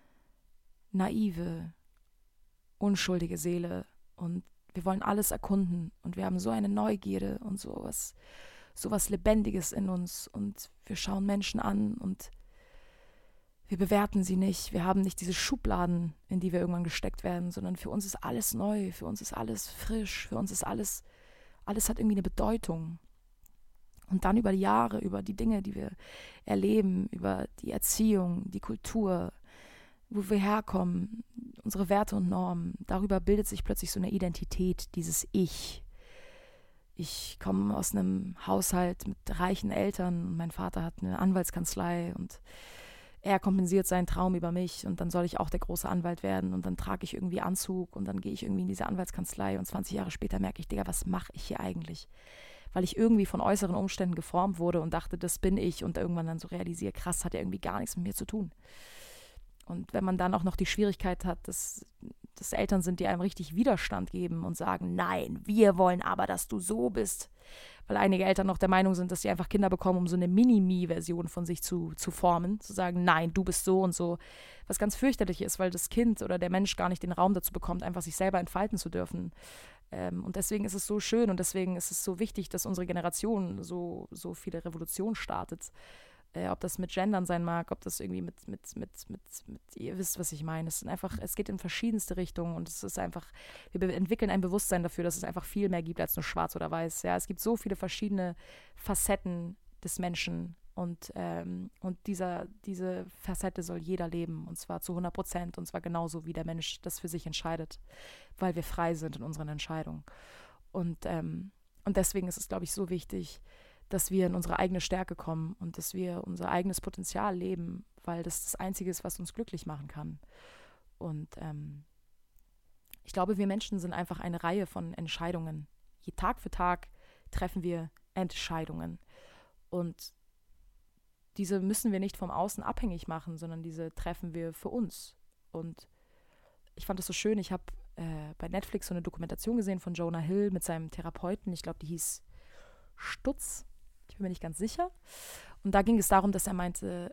naive, unschuldige Seele und wir wollen alles erkunden und wir haben so eine Neugierde und sowas Lebendiges in uns und wir schauen Menschen an und wir bewerten sie nicht. Wir haben nicht diese Schubladen, in die wir irgendwann gesteckt werden, sondern für uns ist alles neu, für uns ist alles frisch, für uns ist alles hat irgendwie eine Bedeutung. Und dann über die Jahre, über die Dinge, die wir erleben, über die Erziehung, die Kultur, wo wir herkommen, unsere Werte und Normen, darüber bildet sich plötzlich so eine Identität, dieses Ich. Ich komme aus einem Haushalt mit reichen Eltern und mein Vater hat eine Anwaltskanzlei und er kompensiert seinen Traum über mich und dann soll ich auch der große Anwalt werden und dann trage ich irgendwie Anzug und dann gehe ich irgendwie in diese Anwaltskanzlei und 20 Jahre später merke ich, Digga, was mache ich hier eigentlich? Weil ich irgendwie von äußeren Umständen geformt wurde und dachte, das bin ich und irgendwann dann so realisiere, krass, hat ja irgendwie gar nichts mit mir zu tun. Und wenn man dann auch noch die Schwierigkeit hat, dass Eltern sind, die einem richtig Widerstand geben und sagen, nein, wir wollen aber, dass du so bist. Weil einige Eltern noch der Meinung sind, dass sie einfach Kinder bekommen, um so eine Mini-Me-Version von sich zu formen. Zu sagen, nein, du bist so und so. Was ganz fürchterlich ist, weil das Kind oder der Mensch gar nicht den Raum dazu bekommt, einfach sich selber entfalten zu dürfen. Und deswegen ist es so schön und deswegen ist es so wichtig, dass unsere Generation so viele Revolutionen startet. Ob das mit Gendern sein mag, ob das irgendwie mit ihr wisst, was ich meine. Es geht in verschiedenste Richtungen und es ist einfach, wir entwickeln ein Bewusstsein dafür, dass es einfach viel mehr gibt als nur schwarz oder weiß. Ja, es gibt so viele verschiedene Facetten des Menschen und diese Facette soll jeder leben und zwar zu 100% und zwar genauso, wie der Mensch das für sich entscheidet, weil wir frei sind in unseren Entscheidungen. Und deswegen ist es, glaube ich, so wichtig, dass wir in unsere eigene Stärke kommen und dass wir unser eigenes Potenzial leben, weil das Einzige ist, was uns glücklich machen kann. Und ich glaube, wir Menschen sind einfach eine Reihe von Entscheidungen. Tag für Tag treffen wir Entscheidungen. Und diese müssen wir nicht vom Außen abhängig machen, sondern diese treffen wir für uns. Und ich fand das so schön, ich habe bei Netflix so eine Dokumentation gesehen von Jonah Hill mit seinem Therapeuten, ich glaube, die hieß Stutz, ich bin mir nicht ganz sicher. Und da ging es darum, dass er meinte,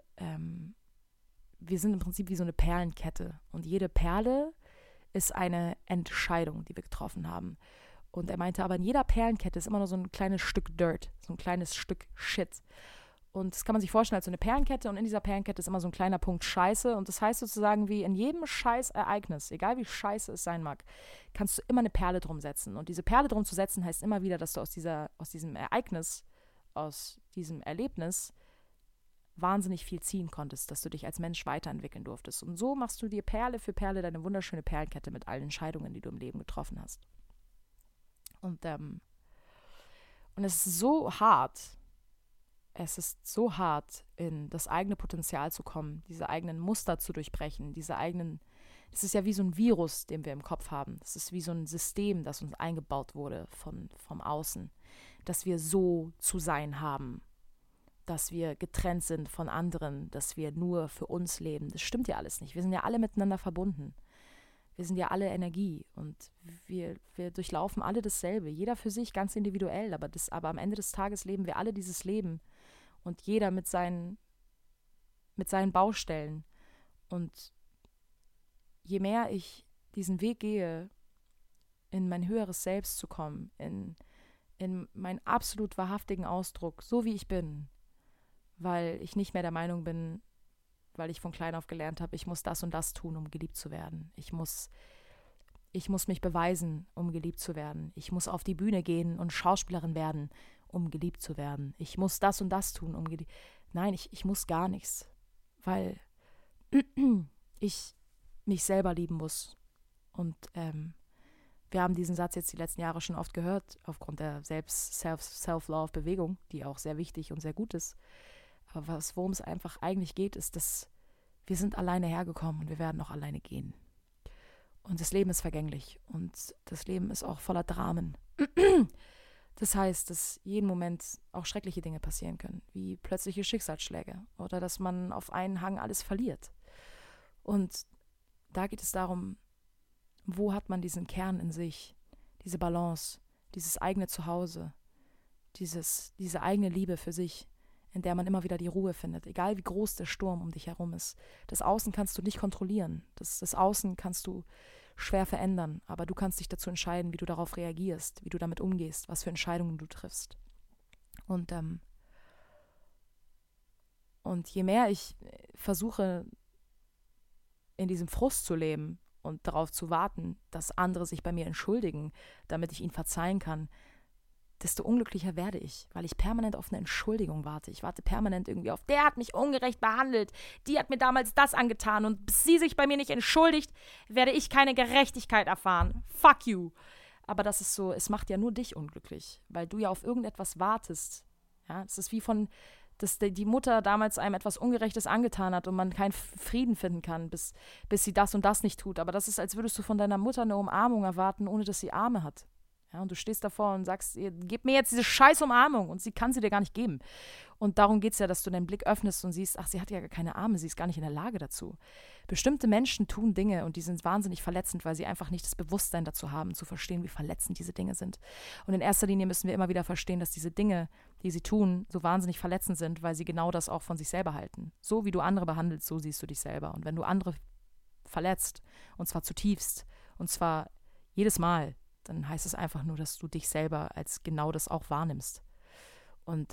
wir sind im Prinzip wie so eine Perlenkette und jede Perle ist eine Entscheidung, die wir getroffen haben. Und er meinte, aber in jeder Perlenkette ist immer nur so ein kleines Stück Dirt, so ein kleines Stück Shit. Und das kann man sich vorstellen als so eine Perlenkette und in dieser Perlenkette ist immer so ein kleiner Punkt Scheiße und das heißt sozusagen wie in jedem Scheißereignis, egal wie scheiße es sein mag, kannst du immer eine Perle drum setzen und diese Perle drum zu setzen heißt immer wieder, dass du aus diesem Ereignis, aus diesem Erlebnis wahnsinnig viel ziehen konntest, dass du dich als Mensch weiterentwickeln durftest und so machst du dir Perle für Perle deine wunderschöne Perlenkette mit allen Entscheidungen, die du im Leben getroffen hast. Und es ist so hart, in das eigene Potenzial zu kommen, diese eigenen Muster zu durchbrechen, das ist ja wie so ein Virus, den wir im Kopf haben. Das ist wie so ein System, das uns eingebaut wurde vom Außen, dass wir so zu sein haben, dass wir getrennt sind von anderen, dass wir nur für uns leben. Das stimmt ja alles nicht. Wir sind ja alle miteinander verbunden. Wir sind ja alle Energie und wir durchlaufen alle dasselbe. Jeder für sich, ganz individuell, aber am Ende des Tages leben wir alle dieses Leben. Und jeder mit seinen Baustellen. Und je mehr ich diesen Weg gehe, in mein höheres Selbst zu kommen, in meinen absolut wahrhaftigen Ausdruck, so wie ich bin, weil ich nicht mehr der Meinung bin, weil ich von klein auf gelernt habe, ich muss das und das tun, um geliebt zu werden. Ich muss Ich muss mich beweisen, um geliebt zu werden. Ich muss auf die Bühne gehen und Schauspielerin werden, um geliebt zu werden. Ich muss das und das tun, um geliebt. Nein, ich muss gar nichts, weil ich mich selber lieben muss. Und wir haben diesen Satz jetzt die letzten Jahre schon oft gehört, aufgrund der Self-Love-Bewegung, die auch sehr wichtig und sehr gut ist. Aber worum es einfach eigentlich geht, ist, dass wir sind alleine hergekommen und wir werden auch alleine gehen. Und das Leben ist vergänglich und das Leben ist auch voller Dramen. Das heißt, dass jeden Moment auch schreckliche Dinge passieren können, wie plötzliche Schicksalsschläge oder dass man auf einen Hang alles verliert. Und da geht es darum, wo hat man diesen Kern in sich, diese Balance, dieses eigene Zuhause, diese eigene Liebe für sich, in der man immer wieder die Ruhe findet, egal wie groß der Sturm um dich herum ist. Das Außen kannst du nicht kontrollieren, das Außen kannst du schwer verändern, aber du kannst dich dazu entscheiden, wie du darauf reagierst, wie du damit umgehst, was für Entscheidungen du triffst. Und je mehr ich versuche, in diesem Frust zu leben und darauf zu warten, dass andere sich bei mir entschuldigen, damit ich ihnen verzeihen kann, desto unglücklicher werde ich, weil ich permanent auf eine Entschuldigung warte. Ich warte permanent irgendwie auf, der hat mich ungerecht behandelt, die hat mir damals das angetan und bis sie sich bei mir nicht entschuldigt, werde ich keine Gerechtigkeit erfahren. Fuck you. Aber das ist so, es macht ja nur dich unglücklich, weil du ja auf irgendetwas wartest. Ja, es ist wie dass die Mutter damals einem etwas Ungerechtes angetan hat und man keinen Frieden finden kann, bis sie das und das nicht tut. Aber das ist, als würdest du von deiner Mutter eine Umarmung erwarten, ohne dass sie Arme hat. Ja, und du stehst davor und sagst, gib mir jetzt diese scheiß Umarmung und sie kann sie dir gar nicht geben. Und darum geht es ja, dass du deinen Blick öffnest und siehst, ach, sie hat ja gar keine Arme, sie ist gar nicht in der Lage dazu. Bestimmte Menschen tun Dinge und die sind wahnsinnig verletzend, weil sie einfach nicht das Bewusstsein dazu haben, zu verstehen, wie verletzend diese Dinge sind. Und in erster Linie müssen wir immer wieder verstehen, dass diese Dinge, die sie tun, so wahnsinnig verletzend sind, weil sie genau das auch von sich selber halten. So wie du andere behandelst, so siehst du dich selber. Und wenn du andere verletzt, und zwar zutiefst, und zwar jedes Mal, dann heißt es einfach nur, dass du dich selber als genau das auch wahrnimmst. Und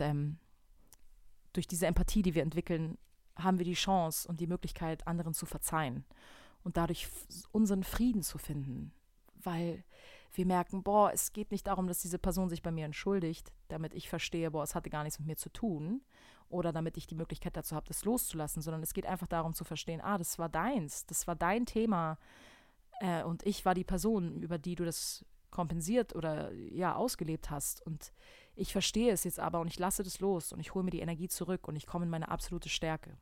durch diese Empathie, die wir entwickeln, haben wir die Chance und die Möglichkeit, anderen zu verzeihen und dadurch unseren Frieden zu finden, weil wir merken, boah, es geht nicht darum, dass diese Person sich bei mir entschuldigt, damit ich verstehe, boah, es hatte gar nichts mit mir zu tun oder damit ich die Möglichkeit dazu habe, das loszulassen, sondern es geht einfach darum zu verstehen, das war deins, das war dein Thema und ich war die Person, über die du das kompensiert oder ja ausgelebt hast und ich verstehe es jetzt aber und ich lasse das los und ich hole mir die Energie zurück und ich komme in meine absolute Stärke.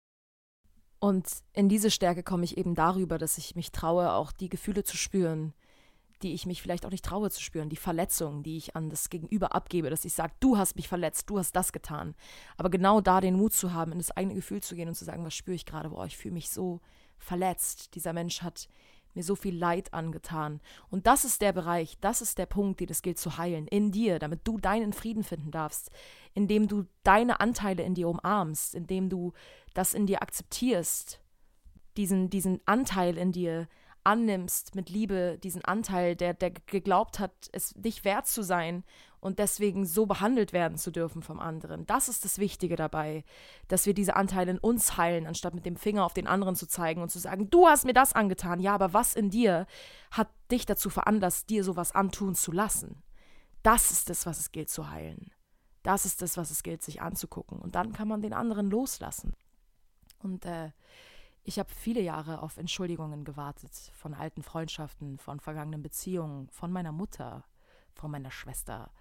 Und in diese Stärke komme ich eben darüber, dass ich mich traue, auch die Gefühle zu spüren, die ich mich vielleicht auch nicht traue zu spüren, die Verletzungen, die ich an das Gegenüber abgebe, dass ich sage, du hast mich verletzt, du hast das getan. Aber genau da den Mut zu haben, in das eigene Gefühl zu gehen und zu sagen, was spüre ich gerade, boah, ich fühle mich so verletzt, dieser Mensch hat mir so viel Leid angetan. Und das ist der Bereich, das ist der Punkt, den es gilt zu heilen, in dir, damit du deinen Frieden finden darfst, indem du deine Anteile in dir umarmst, indem du das in dir akzeptierst, diesen Anteil in dir annimmst mit Liebe, diesen Anteil, der geglaubt hat, es nicht wert zu sein und deswegen so behandelt werden zu dürfen vom anderen. Das ist das Wichtige dabei, dass wir diese Anteile in uns heilen, anstatt mit dem Finger auf den anderen zu zeigen und zu sagen, du hast mir das angetan. Ja, aber was in dir hat dich dazu veranlasst, dir sowas antun zu lassen? Das ist das, was es gilt zu heilen. Das ist das, was es gilt, sich anzugucken. Und dann kann man den anderen loslassen. Und ich habe viele Jahre auf Entschuldigungen gewartet, von alten Freundschaften, von vergangenen Beziehungen, von meiner Mutter, von meiner Schwester.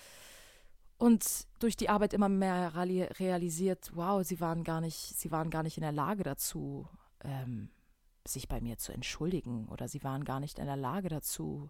Und durch die Arbeit immer mehr realisiert, wow, sie waren gar nicht in der Lage dazu, sich bei mir zu entschuldigen. Oder sie waren gar nicht in der Lage dazu,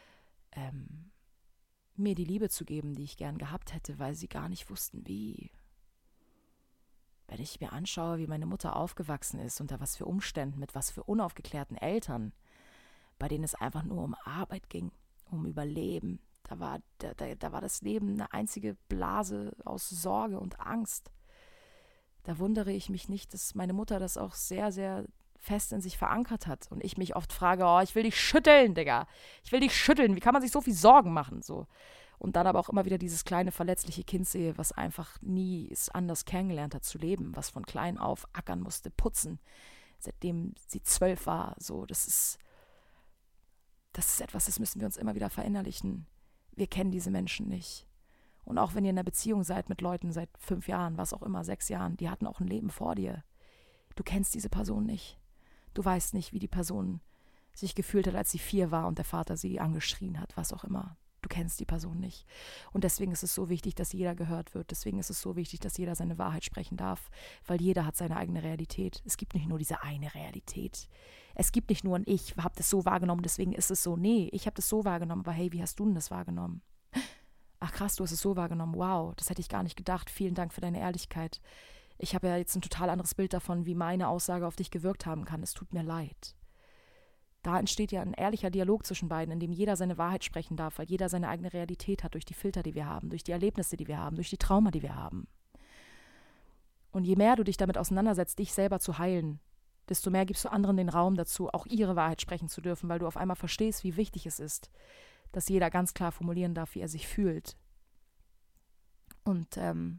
mir die Liebe zu geben, die ich gern gehabt hätte, weil sie gar nicht wussten, wie. Wenn ich mir anschaue, wie meine Mutter aufgewachsen ist, unter was für Umständen, mit was für unaufgeklärten Eltern, bei denen es einfach nur um Arbeit ging, um Überleben, da war das Leben eine einzige Blase aus Sorge und Angst. Da wundere ich mich nicht, dass meine Mutter das auch sehr, sehr fest in sich verankert hat und ich mich oft frage, ich will dich schütteln, Digga. Ich will dich schütteln. Wie kann man sich so viel Sorgen machen, so? Und dann aber auch immer wieder dieses kleine, verletzliche Kind sehe, was einfach nie es anders kennengelernt hat zu leben, was von klein auf ackern musste, putzen, seitdem sie 12 war. So, das ist Das ist etwas, das müssen wir uns immer wieder verinnerlichen. Wir kennen diese Menschen nicht. Und auch wenn ihr in einer Beziehung seid mit Leuten seit 5 Jahren, was auch immer, 6 Jahren, die hatten auch ein Leben vor dir. Du kennst diese Person nicht. Du weißt nicht, wie die Person sich gefühlt hat, als sie 4 war und der Vater sie angeschrien hat, was auch immer. Du kennst die Person nicht. Und deswegen ist es so wichtig, dass jeder gehört wird. Deswegen ist es so wichtig, dass jeder seine Wahrheit sprechen darf, weil jeder hat seine eigene Realität. Es gibt nicht nur diese eine Realität. Es gibt nicht nur ein Ich habe das so wahrgenommen, deswegen ist es so. Nee, ich habe das so wahrgenommen, aber hey, wie hast du denn das wahrgenommen? Ach krass, du hast es so wahrgenommen. Wow, das hätte ich gar nicht gedacht. Vielen Dank für deine Ehrlichkeit. Ich habe ja jetzt ein total anderes Bild davon, wie meine Aussage auf dich gewirkt haben kann. Es tut mir leid. Da entsteht ja ein ehrlicher Dialog zwischen beiden, in dem jeder seine Wahrheit sprechen darf, weil jeder seine eigene Realität hat durch die Filter, die wir haben, durch die Erlebnisse, die wir haben, durch die Trauma, die wir haben. Und je mehr du dich damit auseinandersetzt, dich selber zu heilen, desto mehr gibst du anderen den Raum dazu, auch ihre Wahrheit sprechen zu dürfen, weil du auf einmal verstehst, wie wichtig es ist, dass jeder ganz klar formulieren darf, wie er sich fühlt. Und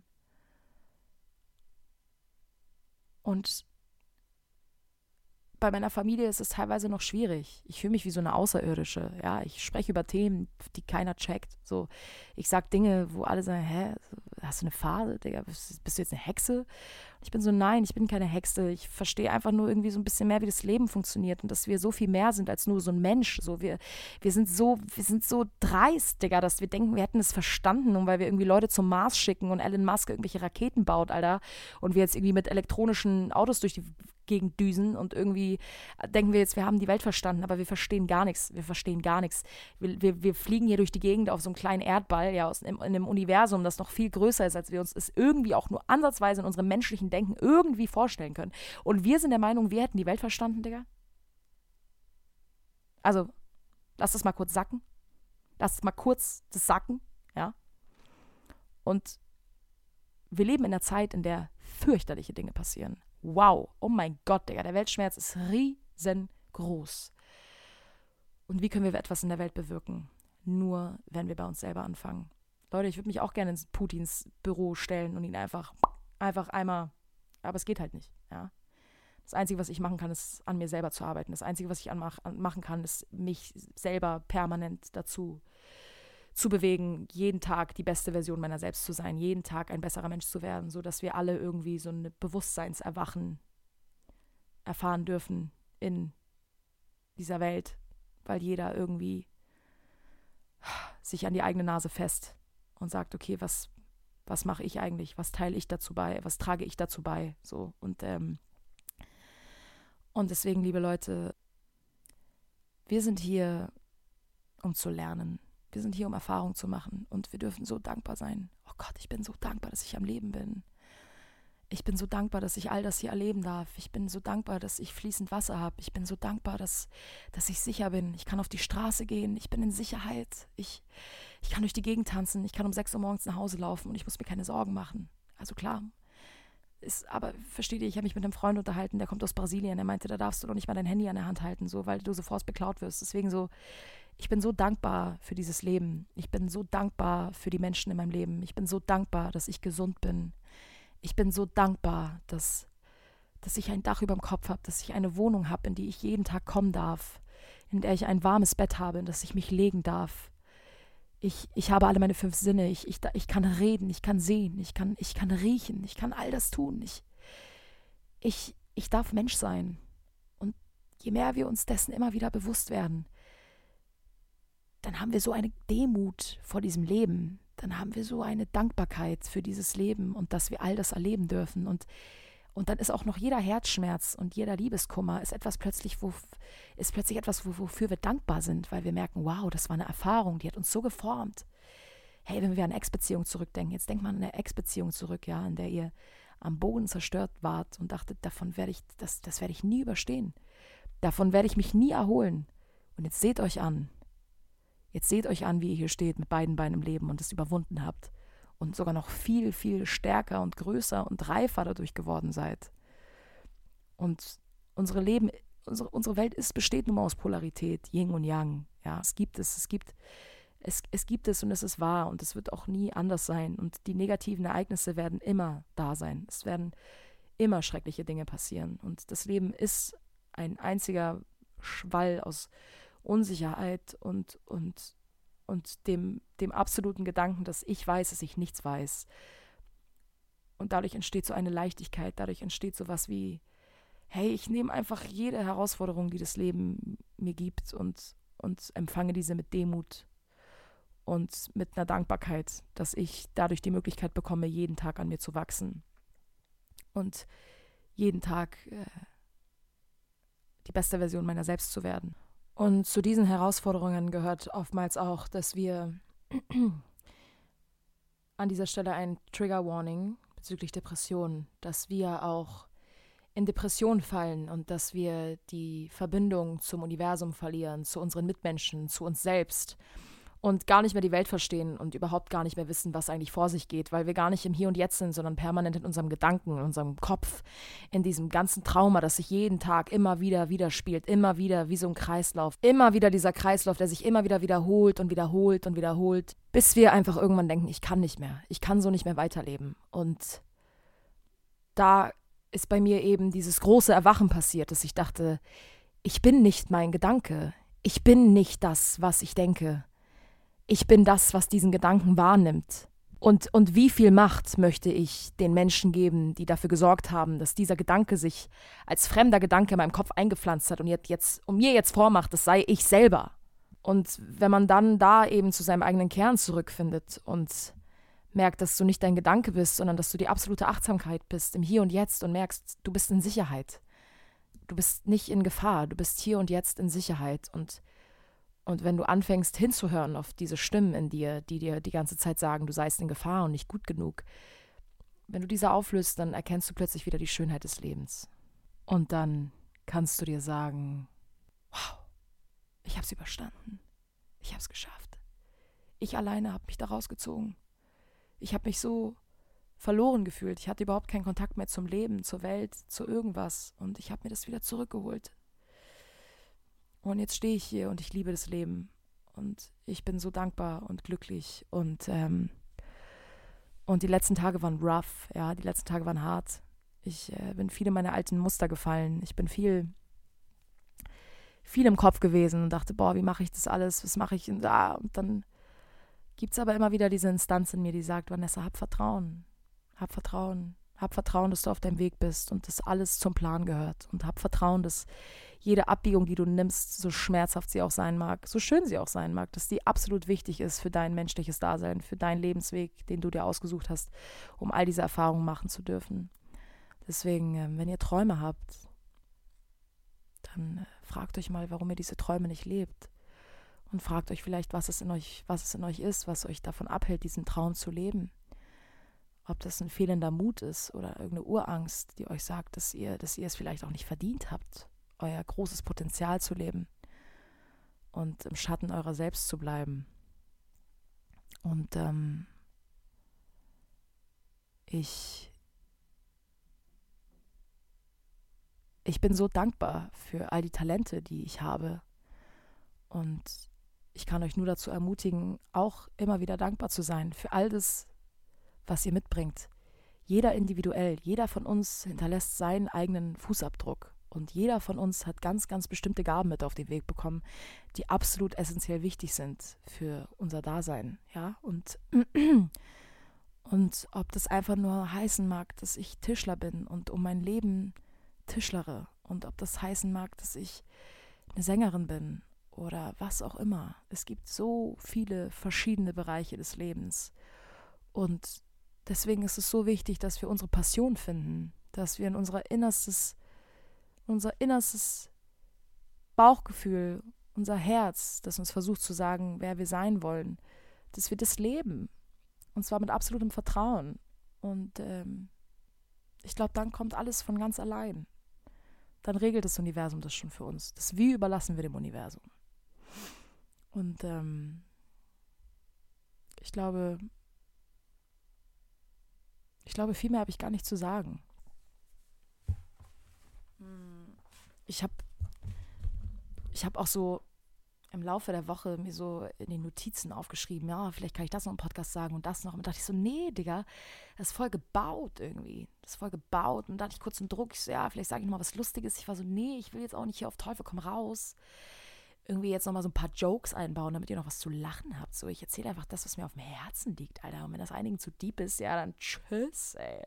bei meiner Familie ist es teilweise noch schwierig. Ich fühle mich wie so eine Außerirdische. Ja, ich spreche über Themen, die keiner checkt. So, ich sage Dinge, wo alle sagen, hä, hast du eine Phase, Digga, bist du jetzt eine Hexe? Ich bin so, nein, ich bin keine Hexe. Ich verstehe einfach nur irgendwie so ein bisschen mehr, wie das Leben funktioniert und dass wir so viel mehr sind als nur so ein Mensch. So, wir sind so dreist, Digga, dass wir denken, wir hätten es verstanden, und weil wir irgendwie Leute zum Mars schicken und Elon Musk irgendwelche Raketen baut, Alter, und wir jetzt irgendwie mit elektronischen Autos durch die Gegend düsen und irgendwie denken wir jetzt, wir haben die Welt verstanden, aber wir verstehen gar nichts. Wir verstehen gar nichts. Wir fliegen hier durch die Gegend auf so einem kleinen Erdball, ja, in einem Universum, das noch viel größer ist, als wir uns es irgendwie auch nur ansatzweise in unserem menschlichen Denken irgendwie vorstellen können. Und wir sind der Meinung, wir hätten die Welt verstanden, Digga. Also, lass das mal kurz sacken. Lass es mal kurz das sacken, ja. Und wir leben in einer Zeit, in der fürchterliche Dinge passieren. Wow, oh mein Gott, Digga, der Weltschmerz ist riesengroß. Und wie können wir etwas in der Welt bewirken? Nur, wenn wir bei uns selber anfangen. Leute, ich würde mich auch gerne ins Putins Büro stellen und ihn einfach einmal, aber es geht halt nicht, ja. Das Einzige, was ich machen kann, ist, an mir selber zu arbeiten. Das Einzige, was ich machen kann, ist, mich selber permanent dazu zu bewegen, jeden Tag die beste Version meiner selbst zu sein, jeden Tag ein besserer Mensch zu werden, sodass wir alle irgendwie so ein Bewusstseinserwachen erfahren dürfen in dieser Welt, weil jeder irgendwie sich an die eigene Nase fest und sagt, okay, was mache ich eigentlich, was teile ich dazu bei, was trage ich dazu bei, so. Und deswegen, liebe Leute, wir sind hier, um zu lernen. Wir sind hier, um Erfahrung zu machen, und wir dürfen so dankbar sein. Oh Gott, ich bin so dankbar, dass ich am Leben bin. Ich bin so dankbar, dass ich all das hier erleben darf. Ich bin so dankbar, dass ich fließend Wasser habe. Ich bin so dankbar, dass ich sicher bin. Ich kann auf die Straße gehen. Ich bin in Sicherheit. Ich kann durch die Gegend tanzen. Ich kann um 6 Uhr morgens nach Hause laufen und ich muss mir keine Sorgen machen. Also klar, aber versteht ihr, ich habe mich mit einem Freund unterhalten, der kommt aus Brasilien. Der meinte, da darfst du doch nicht mal dein Handy an der Hand halten, so, weil du sofort beklaut wirst. Deswegen so, ich bin so dankbar für dieses Leben. Ich bin so dankbar für die Menschen in meinem Leben. Ich bin so dankbar, dass ich gesund bin. Ich bin so dankbar, dass ich ein Dach über dem Kopf habe, dass ich eine Wohnung habe, in die ich jeden Tag kommen darf, in der ich ein warmes Bett habe, in das ich mich legen darf. Ich habe alle meine 5 Sinne. Ich kann reden, ich kann sehen, ich kann riechen, ich kann all das tun. Ich darf Mensch sein. Und je mehr wir uns dessen immer wieder bewusst werden, dann haben wir so eine Demut vor diesem Leben. Dann haben wir so eine Dankbarkeit für dieses Leben und dass wir all das erleben dürfen. Und dann ist auch noch jeder Herzschmerz und jeder Liebeskummer ist plötzlich etwas, wofür wir dankbar sind, weil wir merken, wow, das war eine Erfahrung, die hat uns so geformt. Hey, wenn wir an eine Ex-Beziehung zurückdenken, jetzt denkt man an eine Ex-Beziehung zurück, ja, in der ihr am Boden zerstört wart und dachtet, das werde ich nie überstehen. Davon werde ich mich nie erholen. Und jetzt seht euch an. Jetzt seht euch an, wie ihr hier steht mit beiden Beinen im Leben und es überwunden habt. Und sogar noch viel, viel stärker und größer und reifer dadurch geworden seid. Und unsere Welt besteht nun mal aus Polarität, Yin und Yang. Ja, es gibt es und es ist wahr und es wird auch nie anders sein. Und die negativen Ereignisse werden immer da sein. Es werden immer schreckliche Dinge passieren. Und das Leben ist ein einziger Schwall aus Unsicherheit und dem absoluten Gedanken, dass ich weiß, dass ich nichts weiß. Und dadurch entsteht so eine Leichtigkeit, dadurch entsteht sowas wie, hey, ich nehme einfach jede Herausforderung, die das Leben mir gibt und empfange diese mit Demut und mit einer Dankbarkeit, dass ich dadurch die Möglichkeit bekomme, jeden Tag an mir zu wachsen und jeden Tag die beste Version meiner selbst zu werden. Und zu diesen Herausforderungen gehört oftmals auch, dass wir an dieser Stelle ein Trigger Warning bezüglich Depressionen, dass wir auch in Depression fallen und dass wir die Verbindung zum Universum verlieren, zu unseren Mitmenschen, zu uns selbst und gar nicht mehr die Welt verstehen und überhaupt gar nicht mehr wissen, was eigentlich vor sich geht, weil wir gar nicht im Hier und Jetzt sind, sondern permanent in unserem Gedanken, in unserem Kopf, in diesem ganzen Trauma, das sich jeden Tag immer wieder widerspielt, immer wieder wie so ein Kreislauf, immer wieder dieser Kreislauf, der sich immer wieder wiederholt und wiederholt und wiederholt, bis wir einfach irgendwann denken, ich kann nicht mehr, ich kann so nicht mehr weiterleben. Und da ist bei mir eben dieses große Erwachen passiert, dass ich dachte, ich bin nicht mein Gedanke, ich bin nicht das, was ich denke. Ich bin das, was diesen Gedanken wahrnimmt. Und wie viel Macht möchte ich den Menschen geben, die dafür gesorgt haben, dass dieser Gedanke sich als fremder Gedanke in meinem Kopf eingepflanzt hat und mir jetzt vormacht, das sei ich selber. Und wenn man dann da eben zu seinem eigenen Kern zurückfindet und merkt, dass du nicht dein Gedanke bist, sondern dass du die absolute Achtsamkeit bist im Hier und Jetzt und merkst, du bist in Sicherheit. Du bist nicht in Gefahr, du bist hier und jetzt in Sicherheit. Und wenn du anfängst hinzuhören auf diese Stimmen in dir, die dir die ganze Zeit sagen, du seist in Gefahr und nicht gut genug, wenn du diese auflöst, dann erkennst du plötzlich wieder die Schönheit des Lebens. Und dann kannst du dir sagen, wow, ich habe es überstanden. Ich habe es geschafft. Ich alleine habe mich da rausgezogen. Ich habe mich so verloren gefühlt. Ich hatte überhaupt keinen Kontakt mehr zum Leben, zur Welt, zu irgendwas. Und ich habe mir das wieder zurückgeholt. Und jetzt stehe ich hier und ich liebe das Leben. Und ich bin so dankbar und glücklich. Und die letzten Tage waren rough. Ja, die letzten Tage waren hart. Ich bin viel in meine alten Muster gefallen. Ich bin viel im Kopf gewesen und dachte, boah, wie mache ich das alles? Was mache ich denn da? Und dann gibt es aber immer wieder diese Instanz in mir, die sagt, Vanessa, hab Vertrauen. Hab Vertrauen. Hab Vertrauen, dass du auf deinem Weg bist und dass alles zum Plan gehört. Und hab Vertrauen, dass jede Abbiegung, die du nimmst, so schmerzhaft sie auch sein mag, so schön sie auch sein mag, dass die absolut wichtig ist für dein menschliches Dasein, für deinen Lebensweg, den du dir ausgesucht hast, um all diese Erfahrungen machen zu dürfen. Deswegen, wenn ihr Träume habt, dann fragt euch mal, warum ihr diese Träume nicht lebt. Und fragt euch vielleicht, was es in euch ist, was euch davon abhält, diesen Traum zu leben. Ob das ein fehlender Mut ist oder irgendeine Urangst, die euch sagt, dass ihr es vielleicht auch nicht verdient habt, euer großes Potenzial zu leben und im Schatten eurer selbst zu bleiben. Und ich bin so dankbar für all die Talente, die ich habe. Und ich kann euch nur dazu ermutigen, auch immer wieder dankbar zu sein für all das, was ihr mitbringt. Jeder individuell, jeder von uns hinterlässt seinen eigenen Fußabdruck. Und jeder von uns hat ganz, ganz bestimmte Gaben mit auf den Weg bekommen, die absolut essentiell wichtig sind für unser Dasein. Ja? Und ob das einfach nur heißen mag, dass ich Tischler bin und um mein Leben tischlere. Und ob das heißen mag, dass ich eine Sängerin bin oder was auch immer. Es gibt so viele verschiedene Bereiche des Lebens. Und deswegen ist es so wichtig, dass wir unsere Passion finden, dass wir in unser innerstes Bauchgefühl, unser Herz, das uns versucht zu sagen, wer wir sein wollen, dass wir das leben. Und zwar mit absolutem Vertrauen. Und ich glaube, dann kommt alles von ganz allein. Dann regelt das Universum das schon für uns. Das Wie überlassen wir dem Universum. Und ich glaube, viel mehr habe ich gar nicht zu sagen. Ich hab auch so im Laufe der Woche mir so in den Notizen aufgeschrieben, ja, vielleicht kann ich das noch im Podcast sagen und das noch. Und dachte ich so, nee, Digga, das ist voll gebaut irgendwie. Das ist voll gebaut. Und da hatte ich kurz einen Druck. Ich so, ja, vielleicht sage ich noch mal was Lustiges. Ich war so, nee, ich will jetzt auch nicht hier auf Teufel komm raus irgendwie jetzt nochmal so ein paar Jokes einbauen, damit ihr noch was zu lachen habt. So, ich erzähle einfach das, was mir auf dem Herzen liegt, Alter. Und wenn das einigen zu deep ist, ja, dann tschüss, ey.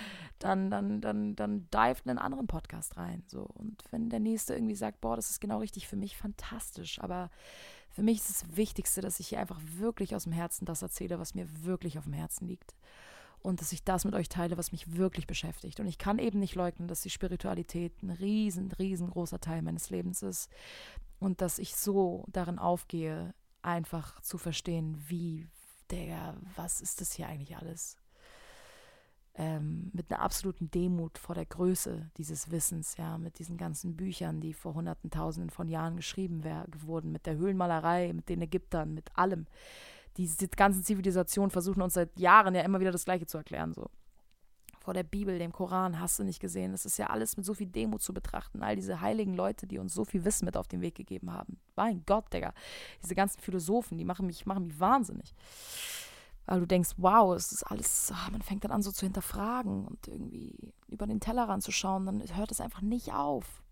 Dann dived in einen anderen Podcast rein. So. Und wenn der Nächste irgendwie sagt, boah, das ist genau richtig für mich, fantastisch. Aber für mich ist das Wichtigste, dass ich hier einfach wirklich aus dem Herzen das erzähle, was mir wirklich auf dem Herzen liegt. Und dass ich das mit euch teile, was mich wirklich beschäftigt. Und ich kann eben nicht leugnen, dass die Spiritualität ein riesengroßer Teil meines Lebens ist. Und dass ich so darin aufgehe, einfach zu verstehen, Digga, was ist das hier eigentlich alles? Mit einer absoluten Demut vor der Größe dieses Wissens, ja, mit diesen ganzen Büchern, die vor Hunderten, Tausenden von Jahren geschrieben wurden, mit der Höhlenmalerei, mit den Ägyptern, mit allem. Diese ganzen Zivilisationen versuchen uns seit Jahren ja immer wieder das Gleiche zu erklären, so. Vor der Bibel, dem Koran, hast du nicht gesehen. Das ist ja alles mit so viel Demut zu betrachten. All diese heiligen Leute, die uns so viel Wissen mit auf den Weg gegeben haben. Mein Gott, Digga. Diese ganzen Philosophen, die machen mich wahnsinnig. Weil du denkst, wow, es ist alles, man fängt dann an so zu hinterfragen und irgendwie über den Tellerrand zu schauen, dann hört es einfach nicht auf.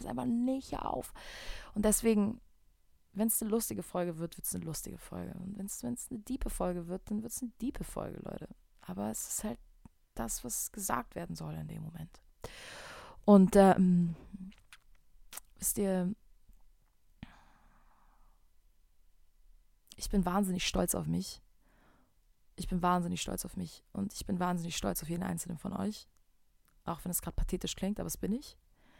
Und deswegen, wenn es eine lustige Folge wird, wird es eine lustige Folge. Und wenn es eine diepe Folge wird, dann wird es eine diepe Folge, Leute. Aber es ist halt das, was gesagt werden soll in dem Moment. Und wisst ihr, ich bin wahnsinnig stolz auf mich. Und ich bin wahnsinnig stolz auf jeden einzelnen von euch. Auch wenn es gerade pathetisch klingt, aber es bin ich.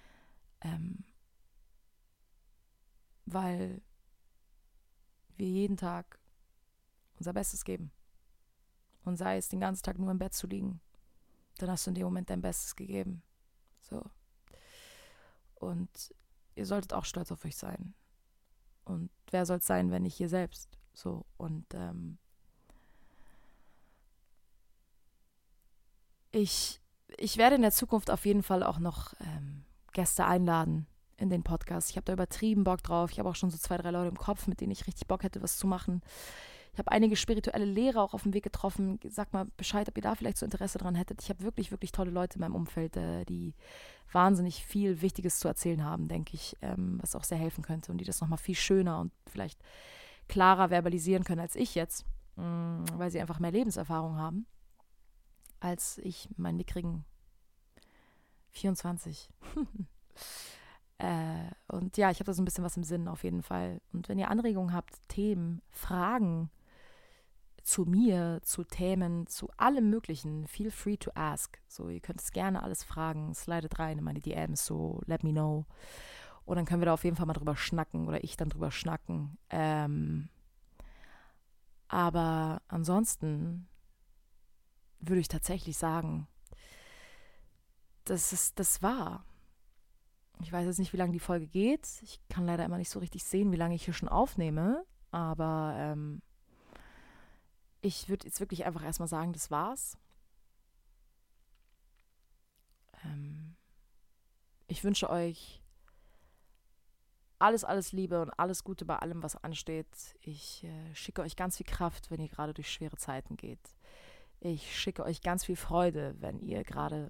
Weil wir jeden Tag unser Bestes geben. Und sei es den ganzen Tag nur im Bett zu liegen, dann hast du in dem Moment dein Bestes gegeben. So. Und ihr solltet auch stolz auf euch sein. Und wer soll es sein, wenn nicht ihr selbst? So. Und ich werde in der Zukunft auf jeden Fall auch noch Gäste einladen in den Podcast. Ich habe da übertrieben Bock drauf. Ich habe auch schon so 2, 3 Leute im Kopf, mit denen ich richtig Bock hätte, was zu machen. Ich habe einige spirituelle Lehrer auch auf dem Weg getroffen. Sag mal Bescheid, ob ihr da vielleicht so Interesse dran hättet. Ich habe wirklich, wirklich tolle Leute in meinem Umfeld, die wahnsinnig viel Wichtiges zu erzählen haben, denke ich, was auch sehr helfen könnte und die das nochmal viel schöner und vielleicht klarer verbalisieren können als ich jetzt, weil sie einfach mehr Lebenserfahrung haben, als ich meinen mickrigen 24. Und ja, ich habe da so ein bisschen was im Sinn auf jeden Fall. Und wenn ihr Anregungen habt, Themen, Fragen zu mir, zu Themen, zu allem Möglichen, feel free to ask. So, ihr könnt es gerne alles fragen, slidet rein in meine DMs, so let me know. Und dann können wir da auf jeden Fall mal drüber schnacken oder ich dann drüber schnacken. Aber ansonsten würde ich tatsächlich sagen, das war. Ich weiß jetzt nicht, wie lange die Folge geht. Ich kann leider immer nicht so richtig sehen, wie lange ich hier schon aufnehme. Aber ich würde jetzt wirklich einfach erstmal sagen, das war's. Ich wünsche euch alles Liebe und alles Gute bei allem, was ansteht. Ich schicke euch ganz viel Kraft, wenn ihr gerade durch schwere Zeiten geht. Ich schicke euch ganz viel Freude, wenn ihr gerade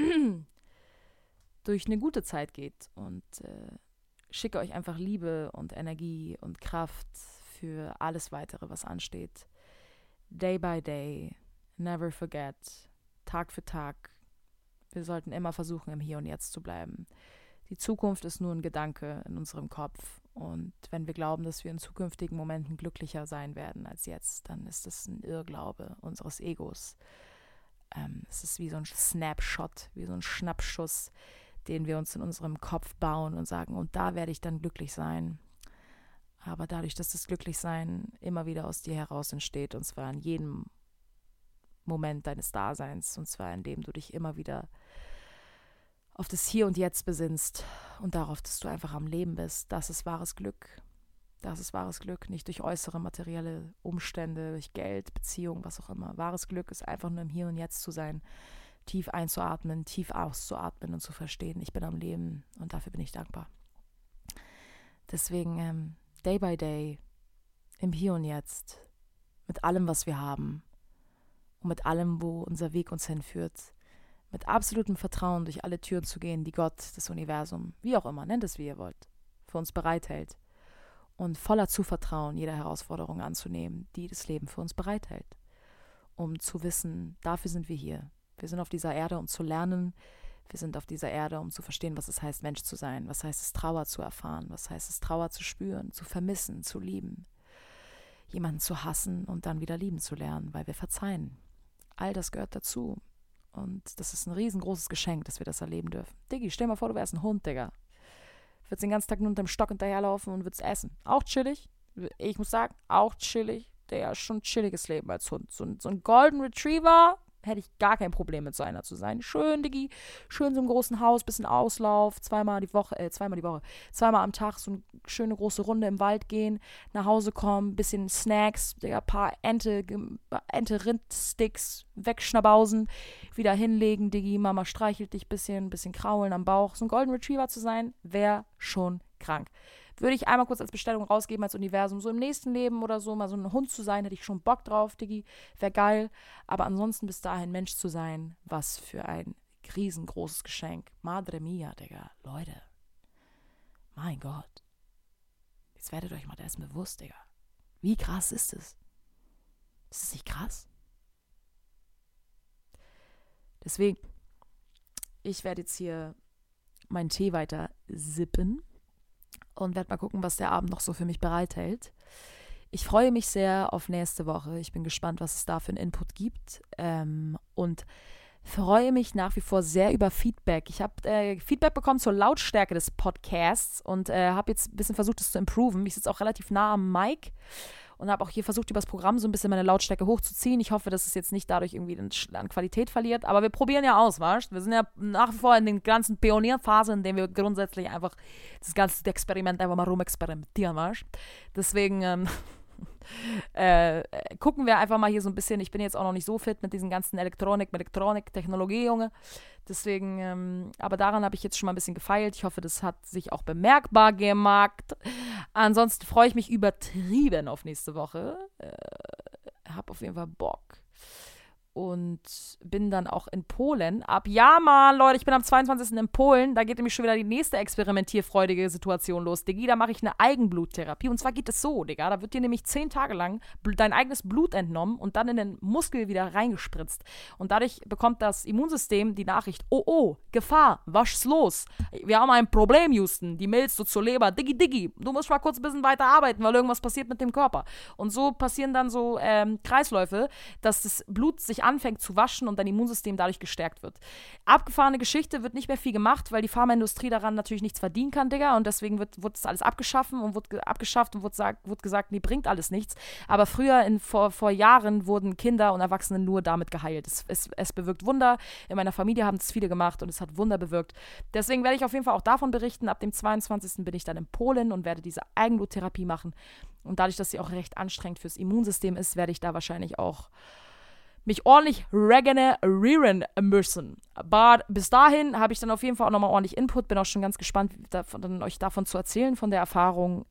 durch eine gute Zeit geht und schicke euch einfach Liebe und Energie und Kraft für alles Weitere, was ansteht. Day by day, never forget, Tag für Tag. Wir sollten immer versuchen, im Hier und Jetzt zu bleiben. Die Zukunft ist nur ein Gedanke in unserem Kopf. Und wenn wir glauben, dass wir in zukünftigen Momenten glücklicher sein werden als jetzt, dann ist das ein Irrglaube unseres Egos. Es ist wie so ein Snapshot, wie so ein Schnappschuss, den wir uns in unserem Kopf bauen und sagen, und da werde ich dann glücklich sein. Aber dadurch, dass das Glücklichsein immer wieder aus dir heraus entsteht, und zwar in jedem Moment deines Daseins, und zwar indem du dich immer wieder auf das Hier und Jetzt besinnst und darauf, dass du einfach am Leben bist, das ist wahres Glück. Das ist wahres Glück, nicht durch äußere materielle Umstände, durch Geld, Beziehung, was auch immer. Wahres Glück ist einfach nur im Hier und Jetzt zu sein, tief einzuatmen, tief auszuatmen und zu verstehen, ich bin am Leben und dafür bin ich dankbar. Deswegen day by day, im Hier und Jetzt, mit allem, was wir haben und mit allem, wo unser Weg uns hinführt, mit absolutem Vertrauen durch alle Türen zu gehen, die Gott, das Universum, wie auch immer, nennt es wie ihr wollt, für uns bereithält. und voller Zuvertrauen jede Herausforderung anzunehmen, die das Leben für uns bereithält. Um zu wissen, dafür sind wir hier. Wir sind auf dieser Erde, um zu lernen. Wir sind auf dieser Erde, um zu verstehen, was es heißt, Mensch zu sein. Was heißt es, Trauer zu erfahren? Was heißt es, Trauer zu spüren, zu vermissen, zu lieben? Jemanden zu hassen und dann wieder lieben zu lernen, weil wir verzeihen. All das gehört dazu. Und das ist ein riesengroßes Geschenk, dass wir das erleben dürfen. Diggi, stell dir mal vor, du wärst ein Hund, Digga. Würdest den ganzen Tag nur unter dem Stock hinterherlaufen und würdest essen. Auch chillig. Ich muss sagen, auch chillig. Der ist schon ein chilliges Leben als Hund. So ein Golden Retriever hätte ich gar kein Problem mit so einer zu sein. Schön, Diggi, schön so im großen Haus, bisschen Auslauf, zweimal am Tag so eine schöne große Runde im Wald gehen, nach Hause kommen, bisschen Snacks, Digga, paar Ente-Rindsticks wegschnabausen, wieder hinlegen, Diggi, Mama streichelt dich bisschen kraulen am Bauch. So ein Golden Retriever zu sein, wäre schon krank. Würde ich einmal kurz als Bestellung rausgeben als Universum, so im nächsten Leben oder so, mal so ein Hund zu sein, hätte ich schon Bock drauf, Diggi, wäre geil. Aber ansonsten bis dahin Mensch zu sein, was für ein riesengroßes Geschenk. Madre mia, Digga, Leute. Mein Gott. Jetzt werdet euch mal dessen bewusst, Digga. Wie krass ist es? Ist es nicht krass? Deswegen, ich werde jetzt hier meinen Tee weiter sippen und werde mal gucken, was der Abend noch so für mich bereithält. Ich freue mich sehr auf nächste Woche. Ich bin gespannt, was es da für einen Input gibt und freue mich nach wie vor sehr über Feedback. Ich habe Feedback bekommen zur Lautstärke des Podcasts und habe jetzt ein bisschen versucht, das zu improven. Ich sitze auch relativ nah am Mic und habe auch hier versucht, über das Programm so ein bisschen meine Lautstärke hochzuziehen. Ich hoffe, dass es jetzt nicht dadurch irgendwie an Qualität verliert. Aber wir probieren ja aus, weißt du? Wir sind ja nach wie vor in den ganzen Pionierphase, in denen wir grundsätzlich einfach das ganze Experiment einfach mal rumexperimentieren, weißt du? Deswegen gucken wir einfach mal hier so ein bisschen. Ich bin jetzt auch noch nicht so fit mit diesen ganzen Elektronik-Technologie, Junge. Deswegen, aber daran habe ich jetzt schon mal ein bisschen gefeilt. Ich hoffe, das hat sich auch bemerkbar gemacht. Ansonsten freue ich mich übertrieben auf nächste Woche. Habe auf jeden Fall Bock. Und bin dann auch in Polen. Ja, Mann, Leute, ich bin am 22. in Polen. Da geht nämlich schon wieder die nächste experimentierfreudige Situation los, Diggi. Da mache ich eine Eigenbluttherapie. Und zwar geht es so, Digga. Da wird dir nämlich 10 Tage lang dein eigenes Blut entnommen und dann in den Muskel wieder reingespritzt. Und dadurch bekommt das Immunsystem die Nachricht, oh, Gefahr, was ist los? Wir haben ein Problem, Houston. Die mailst du zur Leber. Diggi, du musst mal kurz ein bisschen weiter arbeiten, weil irgendwas passiert mit dem Körper. Und so passieren dann so Kreisläufe, dass das Blut sich anfängt zu waschen und dein Immunsystem dadurch gestärkt wird. Abgefahrene Geschichte, wird nicht mehr viel gemacht, weil die Pharmaindustrie daran natürlich nichts verdienen kann, Digga, und deswegen wird das alles abgeschafft und wurde gesagt, nee, bringt alles nichts. Aber früher, vor Jahren, wurden Kinder und Erwachsene nur damit geheilt. Es bewirkt Wunder. In meiner Familie haben es viele gemacht und es hat Wunder bewirkt. Deswegen werde ich auf jeden Fall auch davon berichten. Ab dem 22. bin ich dann in Polen und werde diese Eigenbluttherapie machen. Und dadurch, dass sie auch recht anstrengend fürs Immunsystem ist, werde ich da wahrscheinlich auch mich ordentlich regenerieren müssen. Aber bis dahin habe ich dann auf jeden Fall auch nochmal ordentlich Input. Bin auch schon ganz gespannt, euch davon zu erzählen, von der Erfahrung.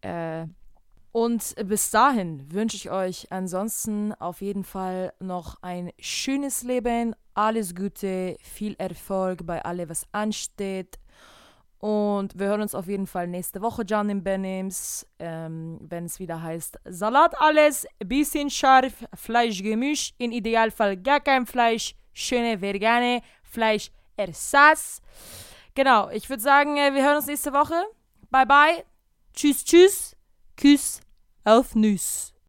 Und bis dahin wünsche ich euch ansonsten auf jeden Fall noch ein schönes Leben. Alles Gute, viel Erfolg bei allem, was ansteht. Und wir hören uns auf jeden Fall nächste Woche, Janin Benims, wenn es wieder heißt Salat alles, bisschen scharf, Fleischgemisch, im Idealfall gar kein Fleisch, schöne vegane Fleischersatz. Genau, ich würde sagen, wir hören uns nächste Woche. Bye bye, tschüss, Küss auf Nüss.